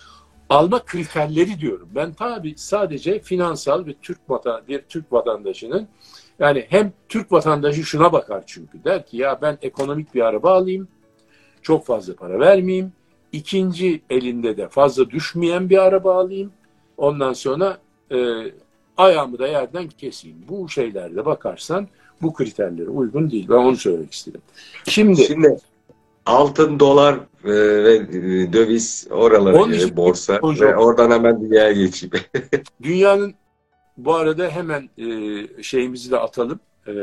Alma kriterleri diyorum. Ben tabii sadece finansal ve Türk vatan bir Türk vatandaşının yani hem Türk vatandaşı şuna bakar çünkü der ki ya ben ekonomik bir araba alayım. Çok fazla para vermeyeyim. İkinci elinde de fazla düşmeyen bir araba alayım. Ondan sonra e, ayağımı da yerden keseyim. Bu şeylerde bakarsan bu kriterlere uygun değil. Ben onu söylemek istedim. Şimdi, Şimdi altın, dolar e, ve e, döviz oralara göre borsa ve oradan hemen dünyaya geçeyim. Dünyanın bu arada hemen e, şeyimizi de atalım. E,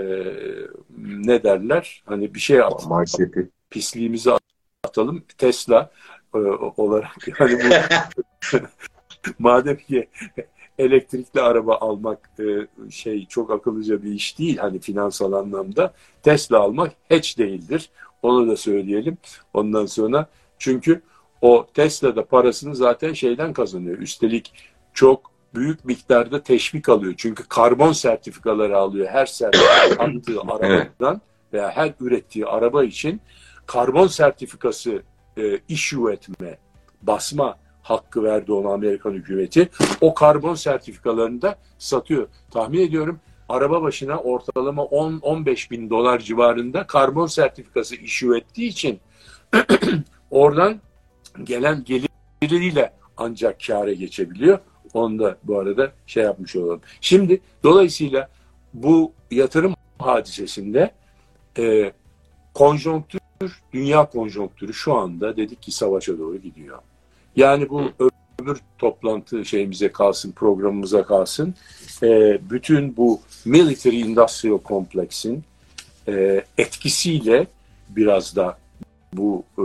ne derler? Hani bir şey atalım. Manşeti. Pisliğimizi atalım. Tesla e, olarak. Yani bu madem ki elektrikli araba almak e, şey çok akıllıca bir iş değil. Hani finansal anlamda Tesla almak hiç değildir. Onu da söyleyelim. Ondan sonra çünkü o Tesla'da parasını zaten şeyden kazanıyor. Üstelik çok büyük miktarda teşvik alıyor. Çünkü karbon sertifikaları alıyor. Her sertifika aldığı arabadan veya her ürettiği araba için karbon sertifikası e, issue etme, basma hakkı verdi ona Amerikan hükümeti. O karbon sertifikalarını da satıyor. Tahmin ediyorum araba başına ortalama on on beş bin dolar civarında karbon sertifikası issue ettiği için oradan gelen geliriyle ancak kâra geçebiliyor. Onu da bu arada şey yapmış olalım. Şimdi dolayısıyla bu yatırım hadisesinde e, konjonktür, dünya konjonktürü şu anda dedik ki savaşa doğru gidiyor. Yani bu öbür toplantı şeyimize kalsın, programımıza kalsın. E, bütün bu military industrial complex'in e, etkisiyle biraz da bu e,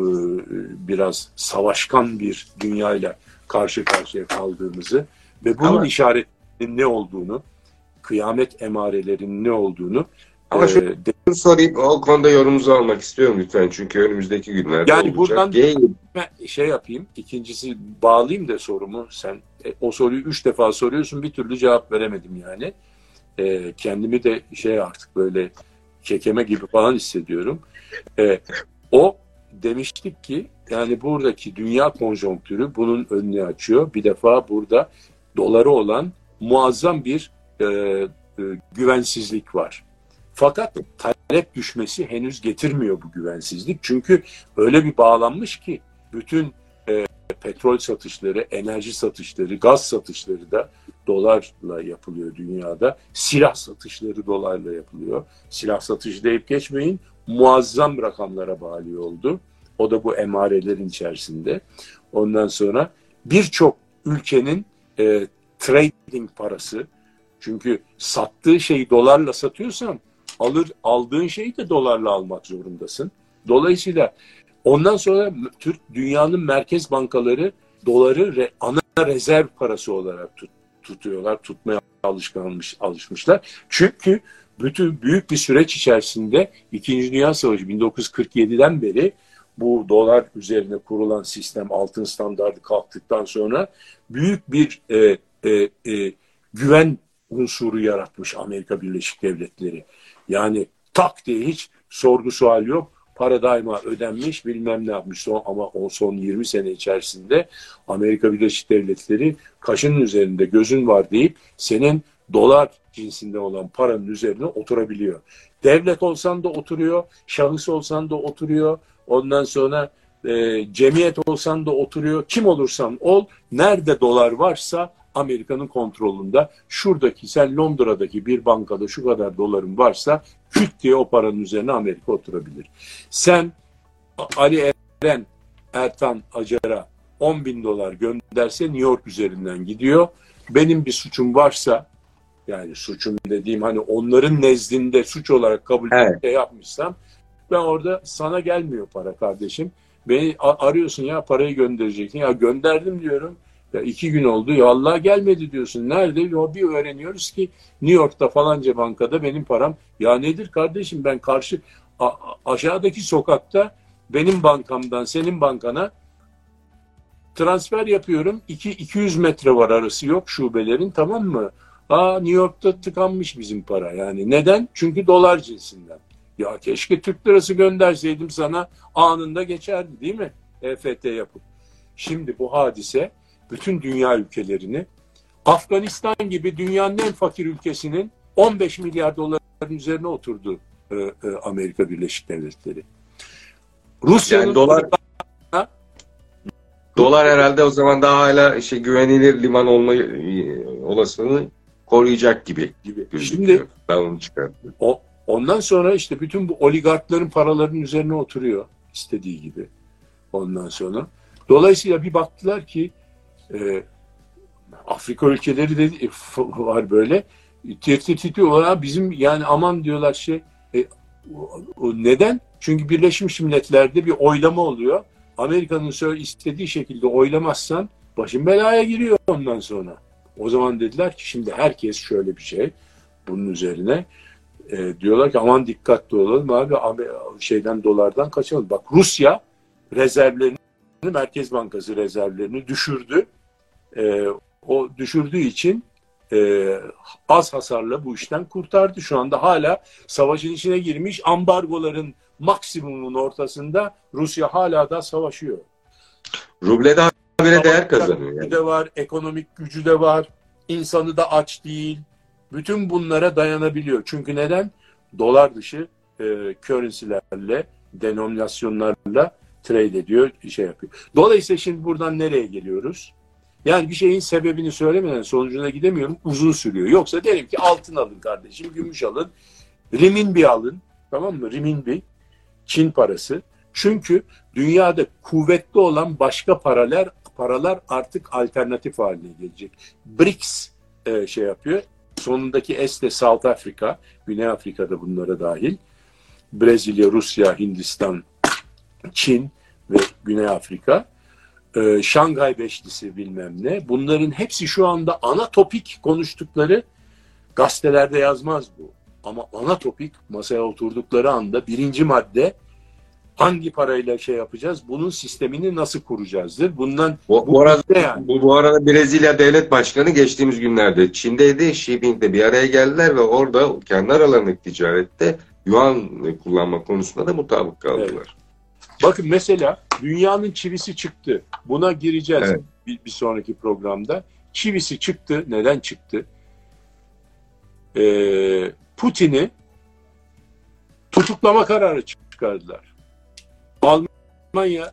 biraz savaşkan bir dünyayla karşı karşıya kaldığımızı ve bunun Ama, işaretinin ne olduğunu, kıyamet emarelerinin ne olduğunu ama e, şu de, sorayım, o konuda yorumunuzu almak istiyorum lütfen. Çünkü önümüzdeki günlerde yani olacak. buradan Game... şey yapayım, ikincisi bağlayayım da sorumu. Sen e, o soruyu üç defa soruyorsun, bir türlü cevap veremedim yani. E, kendimi de şey artık böyle kekeme gibi falan hissediyorum. E, o demiştik ki yani buradaki dünya konjonktürü bunun önünü açıyor. Bir defa burada doları olan muazzam bir e, e, güvensizlik var. Fakat talep düşmesi henüz getirmiyor bu güvensizlik. Çünkü öyle bir bağlanmış ki bütün e, petrol satışları, enerji satışları, gaz satışları da dolarla yapılıyor dünyada. Silah satışları dolarla yapılıyor. Silah satışı deyip geçmeyin, muazzam rakamlara bağlı oldu. O da bu emarelerin içerisinde. Ondan sonra birçok ülkenin e, trading parası, çünkü sattığı şeyi dolarla satıyorsan alır aldığın şeyi de dolarla almak zorundasın. Dolayısıyla ondan sonra Türk dünyanın merkez bankaları doları re, ana rezerv parası olarak tut, tutuyorlar, tutmaya alışkanmış, alışmışlar. Çünkü bütün büyük bir süreç içerisinde İkinci Dünya Savaşı bin dokuz yüz kırk yedi'den beri bu dolar üzerine kurulan sistem, altın standardı kalktıktan sonra büyük bir e, e, e, güven unsuru yaratmış Amerika Birleşik Devletleri. Yani tak diye hiç sorgu sual yok. Para daima ödenmiş, bilmem ne yapmış. Son, ama o son yirmi sene içerisinde Amerika Birleşik Devletleri kaşının üzerinde gözün var deyip senin dolar cinsinde olan paranın üzerine oturabiliyor. Devlet olsan da oturuyor, şahıs olsan da oturuyor. Ondan sonra e, cemiyet olsan da oturuyor. Kim olursan ol, nerede dolar varsa Amerika'nın kontrolünde. Şuradaki, sen Londra'daki bir bankada şu kadar doların varsa küt diye o paranın üzerine Amerika oturabilir. Sen Ali Eren, Ertan Acar'a on bin dolar gönderse New York üzerinden gidiyor. Benim bir suçum varsa, yani suçum dediğim hani onların nezdinde suç olarak kabul Evet. şey yapmışsam, ben orada sana gelmiyor para kardeşim. Beni arıyorsun ya, parayı göndereceksin. Ya gönderdim diyorum. Ya iki gün oldu. Ya Allah gelmedi diyorsun. Nerede? Ya bir öğreniyoruz ki New York'ta falanca bankada benim param. Ya nedir kardeşim, ben karşı a, aşağıdaki sokakta benim bankamdan senin bankana transfer yapıyorum. iki iki yüz metre var arası, yok şubelerin, tamam mı? Aa, New York'ta tıkanmış bizim para. Yani neden? Çünkü dolar cinsinden. Ya keşke Türk lirası gönderseydim sana, anında geçerdi değil mi? E F T yapıp. Şimdi bu hadise bütün dünya ülkelerini, Afganistan gibi dünyanın en fakir ülkesinin on beş milyar doların üzerine oturdu e, e, Amerika Birleşik Devletleri. Rusya'nın Yani dolar dolar herhalde o zaman daha hala şey, güvenilir liman olma olasılığını koruyacak gibi gibi gözüküyor. Şimdi ben onu çıkarttım. O ondan sonra işte bütün bu oligarkların paralarının üzerine oturuyor istediği gibi. Ondan sonra dolayısıyla bir baktılar ki e, Afrika ülkeleri de var böyle tir tir olarak bizim, yani aman diyorlar şey e, o, neden? Çünkü Birleşmiş Milletler'de bir oylama oluyor. Amerika'nın söyle istediği şekilde oylamazsan başın belaya giriyor ondan sonra. O zaman dediler ki şimdi herkes şöyle bir şey bunun üzerine e, diyorlar ki aman dikkatli olalım abi, abi şeyden, dolardan kaçalım. Bak Rusya rezervlerini, Merkez Bankası rezervlerini düşürdü. E, o düşürdüğü için e, az hasarla bu işten kurtardı. Şu anda hala savaşın içine girmiş, ambargoların maksimumun ortasında Rusya hala da savaşıyor. Ruble de habire değer kazanıyor. Gücü Yani. de var, ekonomik gücü de var, insanı da aç değil. Bütün bunlara dayanabiliyor. Çünkü neden? Dolar dışı e, currency'lerle, denominasyonlarla trade ediyor, şey yapıyor. Dolayısıyla şimdi buradan nereye geliyoruz? Yani bir şeyin sebebini söylemeden sonucuna gidemiyorum. Uzun sürüyor. Yoksa derim ki altın alın kardeşim, gümüş alın, renminbi alın. Tamam mı? Renminbi, Çin parası. Çünkü dünyada kuvvetli olan başka paralar paralar artık alternatif haline gelecek. B R I C S e, şey yapıyor. Sonundaki S de South Africa, Güney Afrika'da bunlara dahil. Brezilya, Rusya, Hindistan, Çin ve Güney Afrika. Ee, Şanghay Beşlisi bilmem ne. Bunların hepsi şu anda ana topik konuştukları, gazetelerde yazmaz bu. Ama ana topik masaya oturdukları anda birinci madde hangi parayla şey yapacağız? Bunun sistemini nasıl kuracağızdır? Bundan bu, bu, bu, arada, yani. bu, bu arada Brezilya Devlet Başkanı geçtiğimiz günlerde Çin'deydi, Xi Jinping'le bir araya geldiler ve orada kendi aralarındaki ticarette yuan kullanma konusunda da mutabık kaldılar. Evet. Bakın mesela dünyanın çivisi çıktı. Buna gireceğiz evet. bir, bir sonraki programda. Çivisi çıktı. Neden çıktı? Ee, Putin'i tutuklama kararı çıkardılar. Almanya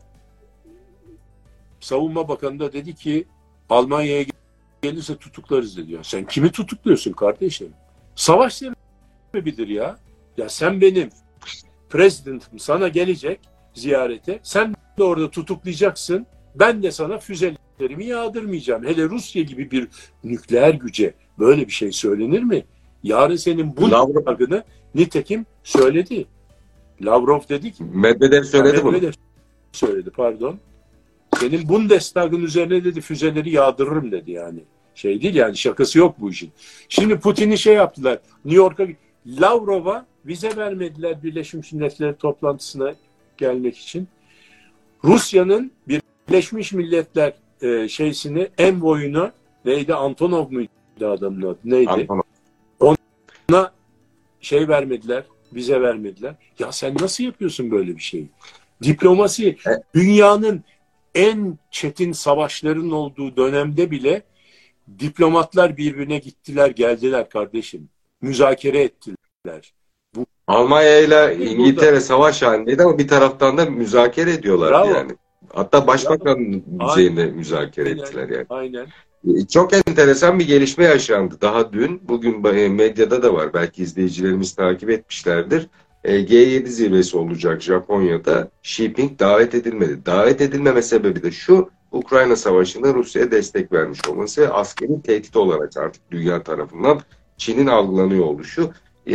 Savunma Bakanı da dedi ki Almanya'ya gelirse tutuklarız dedi. Ya sen kimi tutukluyorsun kardeşim? Savaş sebebidir ya. Ya sen benim presidentim, sana gelecek ziyarete. Sen de orada tutuklayacaksın. Ben de sana füzelerimi yağdırmayacağım. Hele Rusya gibi bir nükleer güce böyle bir şey söylenir mi? Yarın senin bu adını nitekim söyledi. Lavrov dedi ki. Medvedev söyledi yani bunu. Medvedev söyledi pardon. Senin Bundestag'ın üzerine dedi füzeleri yağdırırım dedi yani. Şey değil yani, şakası yok bu işin. Şimdi Putin'i şey yaptılar. New York'a Lavrov'a vize vermediler Birleşmiş Milletler toplantısına gelmek için. Rusya'nın Birleşmiş Milletler e, şeysini, envoyunu neydi? Antonov muydu adamın adı? Neydi? Antonov. Ona şey vermediler, vize vermediler. Ya sen nasıl yapıyorsun böyle bir şeyi? Diplomasi, e dünyanın en çetin savaşların olduğu dönemde bile diplomatlar birbirine gittiler, geldiler kardeşim. Müzakere ettiler. Bu, Almanya ile İngiltere burada savaş halindeydi ama bir taraftan da müzakere ediyorlar bravo. yani. Hatta başbakan düzeyinde Aynen. müzakere Aynen. ettiler yani. Aynen. Çok enteresan bir gelişme yaşandı. Daha dün, bugün medyada da var. Belki izleyicilerimiz takip etmişlerdir. G yedi zirvesi olacak Japonya'da. Xi Jinping davet edilmedi. Davet edilmeme sebebi de şu: Ukrayna Savaşı'nda Rusya'ya destek vermiş olması ve askeri tehdit olarak artık dünya tarafından Çin'in algılanıyor oluşu.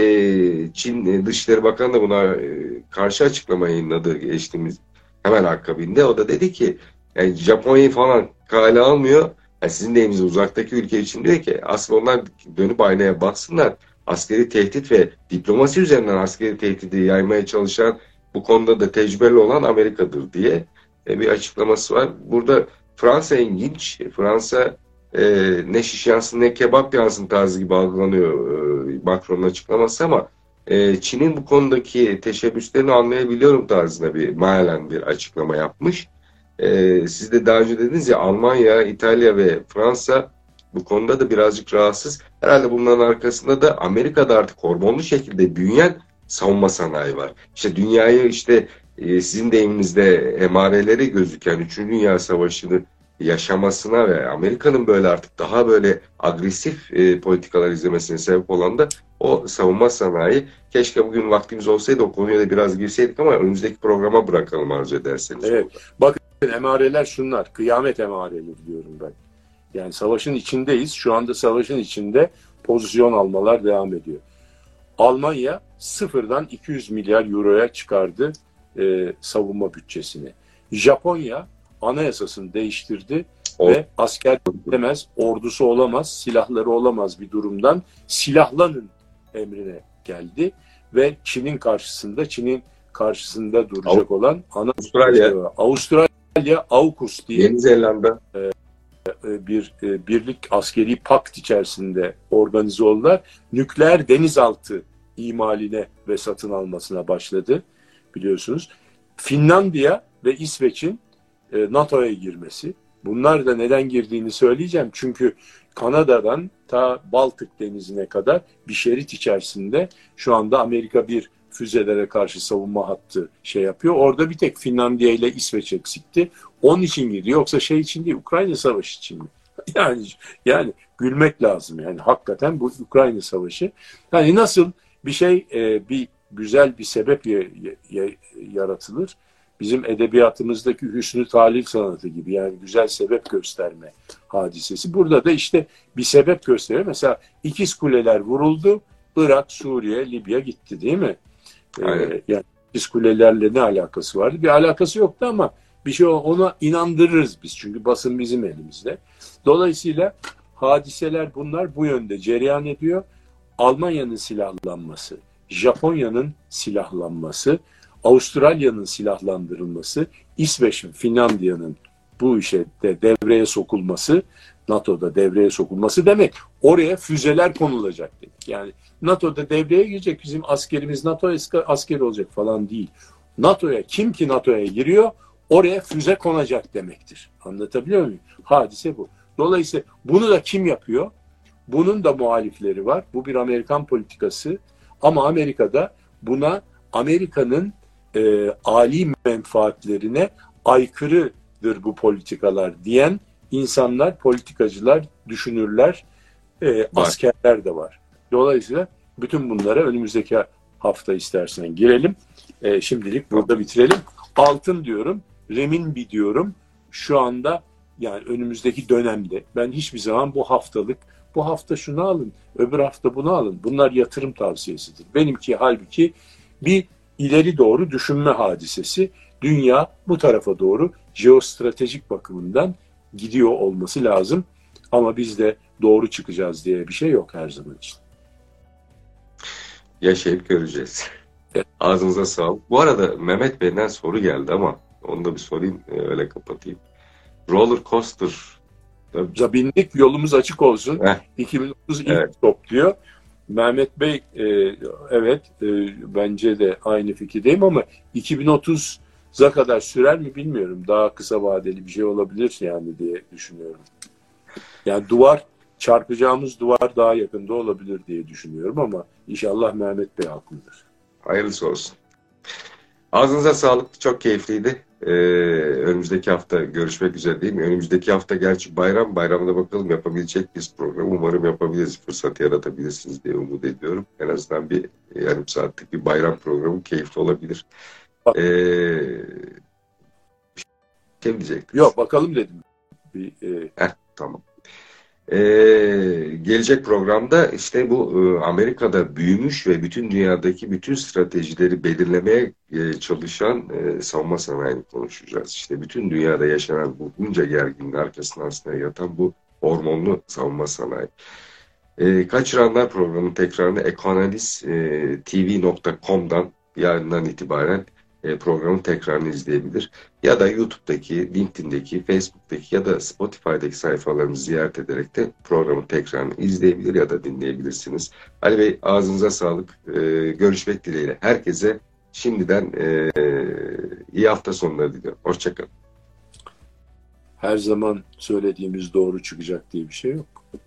Çin Dışişleri Bakanı da buna karşı açıklama yayınladı geçtiğimiz hemen akabinde. O da dedi ki yani Japonya'yı falan kale almıyor. Yani sizin deyiminiz uzaktaki ülke için diyor ki aslında onlar dönüp aynaya baksınlar. Askeri tehdit ve diplomasi üzerinden askeri tehdidi yaymaya çalışan, bu konuda da tecrübeli olan Amerika'dır diye bir açıklaması var. Burada Fransa ilginç. Fransa e, ne şiş yansın ne kebap yansın tarzı gibi algılanıyor e, Macron'un açıklaması ama e, Çin'in bu konudaki teşebbüslerini anlayabiliyorum tarzında bir mealen bir açıklama yapmış. Ee, siz de daha önce dediniz ya, Almanya, İtalya ve Fransa bu konuda da birazcık rahatsız. Herhalde bunların arkasında da Amerika'da artık hormonlu şekilde büyüyen savunma sanayi var. İşte dünyayı işte e, sizin deyiminizde emareleri gözüken üçüncü Dünya Savaşı'nı yaşamasına ve Amerika'nın böyle artık daha böyle agresif e, politikalar izlemesine sebep olan da o savunma sanayi. Keşke bugün vaktimiz olsaydı o konuya da biraz girseydik ama önümüzdeki programa bırakalım arzu ederseniz. Evet. Bakın emareler şunlar. Kıyamet emareleri diyorum ben. Yani savaşın içindeyiz. Şu anda savaşın içinde pozisyon almalar devam ediyor. Almanya sıfırdan iki yüz milyar euroya çıkardı e, savunma bütçesini. Japonya anayasasını değiştirdi o. ve asker demez, ordusu olamaz, silahları olamaz bir durumdan silahlanın emrine geldi ve Çin'in karşısında Çin'in karşısında duracak olan ana Avustralya, Avustralya AUKUS diye Yeni Zelanda, e, bir e, birlik askeri pakt içerisinde organize oldular. Nükleer denizaltı imaline ve satın almasına başladı biliyorsunuz. Finlandiya ve İsveç'in e, NATO'ya girmesi. Bunlar da neden girdiğini söyleyeceğim. Çünkü Kanada'dan ta Baltık Denizi'ne kadar bir şerit içerisinde şu anda Amerika bir füzelere karşı savunma hattı şey yapıyor. Orada bir tek Finlandiya ile İsveç eksikti. Onun için girdi. Yoksa şey için değil, Ukrayna Savaşı için mi? Yani yani gülmek lazım yani. Hakikaten bu Ukrayna Savaşı. Yani nasıl bir şey e, bir güzel bir sebep ya, ya, yaratılır. Bizim edebiyatımızdaki hüsnü talil sanatı gibi, yani güzel sebep gösterme hadisesi. Burada da işte bir sebep gösteriyor. Mesela İkiz Kuleler vuruldu. Irak, Suriye, Libya gitti değil mi? Ee, yani İkiz Kulelerle ne alakası vardı? Bir alakası yoktu ama bir şey ona inandırırız biz. Çünkü basın bizim elimizde. Dolayısıyla hadiseler bunlar bu yönde cereyan ediyor. Almanya'nın silahlanması, Japonya'nın silahlanması, Avustralya'nın silahlandırılması, İsveç'in, Finlandiya'nın bu işe de devreye sokulması, NATO'da devreye sokulması demek. Oraya füzeler konulacak dedik. Yani NATO'da devreye girecek, bizim askerimiz NATO askeri olacak falan değil. NATO'ya, kim ki NATO'ya giriyor, oraya füze konacak demektir. Anlatabiliyor muyum? Hadise bu. Dolayısıyla bunu da kim yapıyor? Bunun da muhalifleri var. Bu bir Amerikan politikası. Ama Amerika'da buna Amerika'nın e, âli menfaatlerine aykırıdır bu politikalar diyen insanlar, politikacılar, düşünürler, e, askerler de var. Dolayısıyla bütün bunlara önümüzdeki hafta istersen girelim. E, şimdilik burada bitirelim. Altın diyorum, renminbi diyorum. Şu anda yani önümüzdeki dönemde ben hiçbir zaman bu haftalık, bu hafta şunu alın, öbür hafta bunu alın. Bunlar yatırım tavsiyesidir. Benimki halbuki bir ileri doğru düşünme hadisesi. Dünya bu tarafa doğru jeostratejik bakımından gidiyor olması lazım. Ama biz de doğru çıkacağız diye bir şey yok her zaman için. Yaşayıp göreceğiz. Evet. Ağzınıza sağlık. Bu arada Mehmet Bey'den soru geldi ama onu da bir sorayım, öyle kapatayım. Roller coaster. Zabinlik yolumuz açık olsun. Heh. iki bin otuz ilk evet. Topluyor. Mehmet Bey e, evet e, bence de aynı fikirdeyim ama iki bin otuza kadar sürer mi bilmiyorum. Daha kısa vadeli bir şey olabilir yani diye düşünüyorum. Yani duvar, çarpacağımız duvar daha yakında olabilir diye düşünüyorum ama inşallah Mehmet Bey haklıdır. Hayırlısı olsun. Ağzınıza sağlık. Çok keyifliydi. Ee, önümüzdeki hafta görüşmek üzere değil mi? Önümüzdeki hafta gerçi bayram. Bayramda bakalım yapabilecek biz programı. Umarım yapabiliriz. Fırsat yaratabilirsiniz diye umut ediyorum. En azından bir yarım saatlik bir bayram programı keyifli olabilir. Ee, şey diyecektim. Yok bakalım dedim. Bir, e... Heh, tamam. Ee, gelecek programda işte bu e, Amerika'da büyümüş ve bütün dünyadaki bütün stratejileri belirlemeye e, çalışan e, savunma sanayini konuşacağız. İşte bütün dünyada yaşanan bu bunca gerginliğin arkasında aslında yatan bu hormonlu savunma sanayi. E, kaçıranlar programının tekrarını ekoanaliz T V nokta com'dan yarından itibaren programın tekrarını izleyebilir. Ya da YouTube'daki, LinkedIn'deki, Facebook'taki ya da Spotify'daki sayfalarımızı ziyaret ederek de programın tekrarını izleyebilir ya da dinleyebilirsiniz. Ali Bey ağzınıza sağlık. Ee, görüşmek dileğiyle. Herkese şimdiden e, iyi hafta sonları diliyorum. Hoşçakalın. Her zaman söylediğimiz doğru çıkacak diye bir şey yok.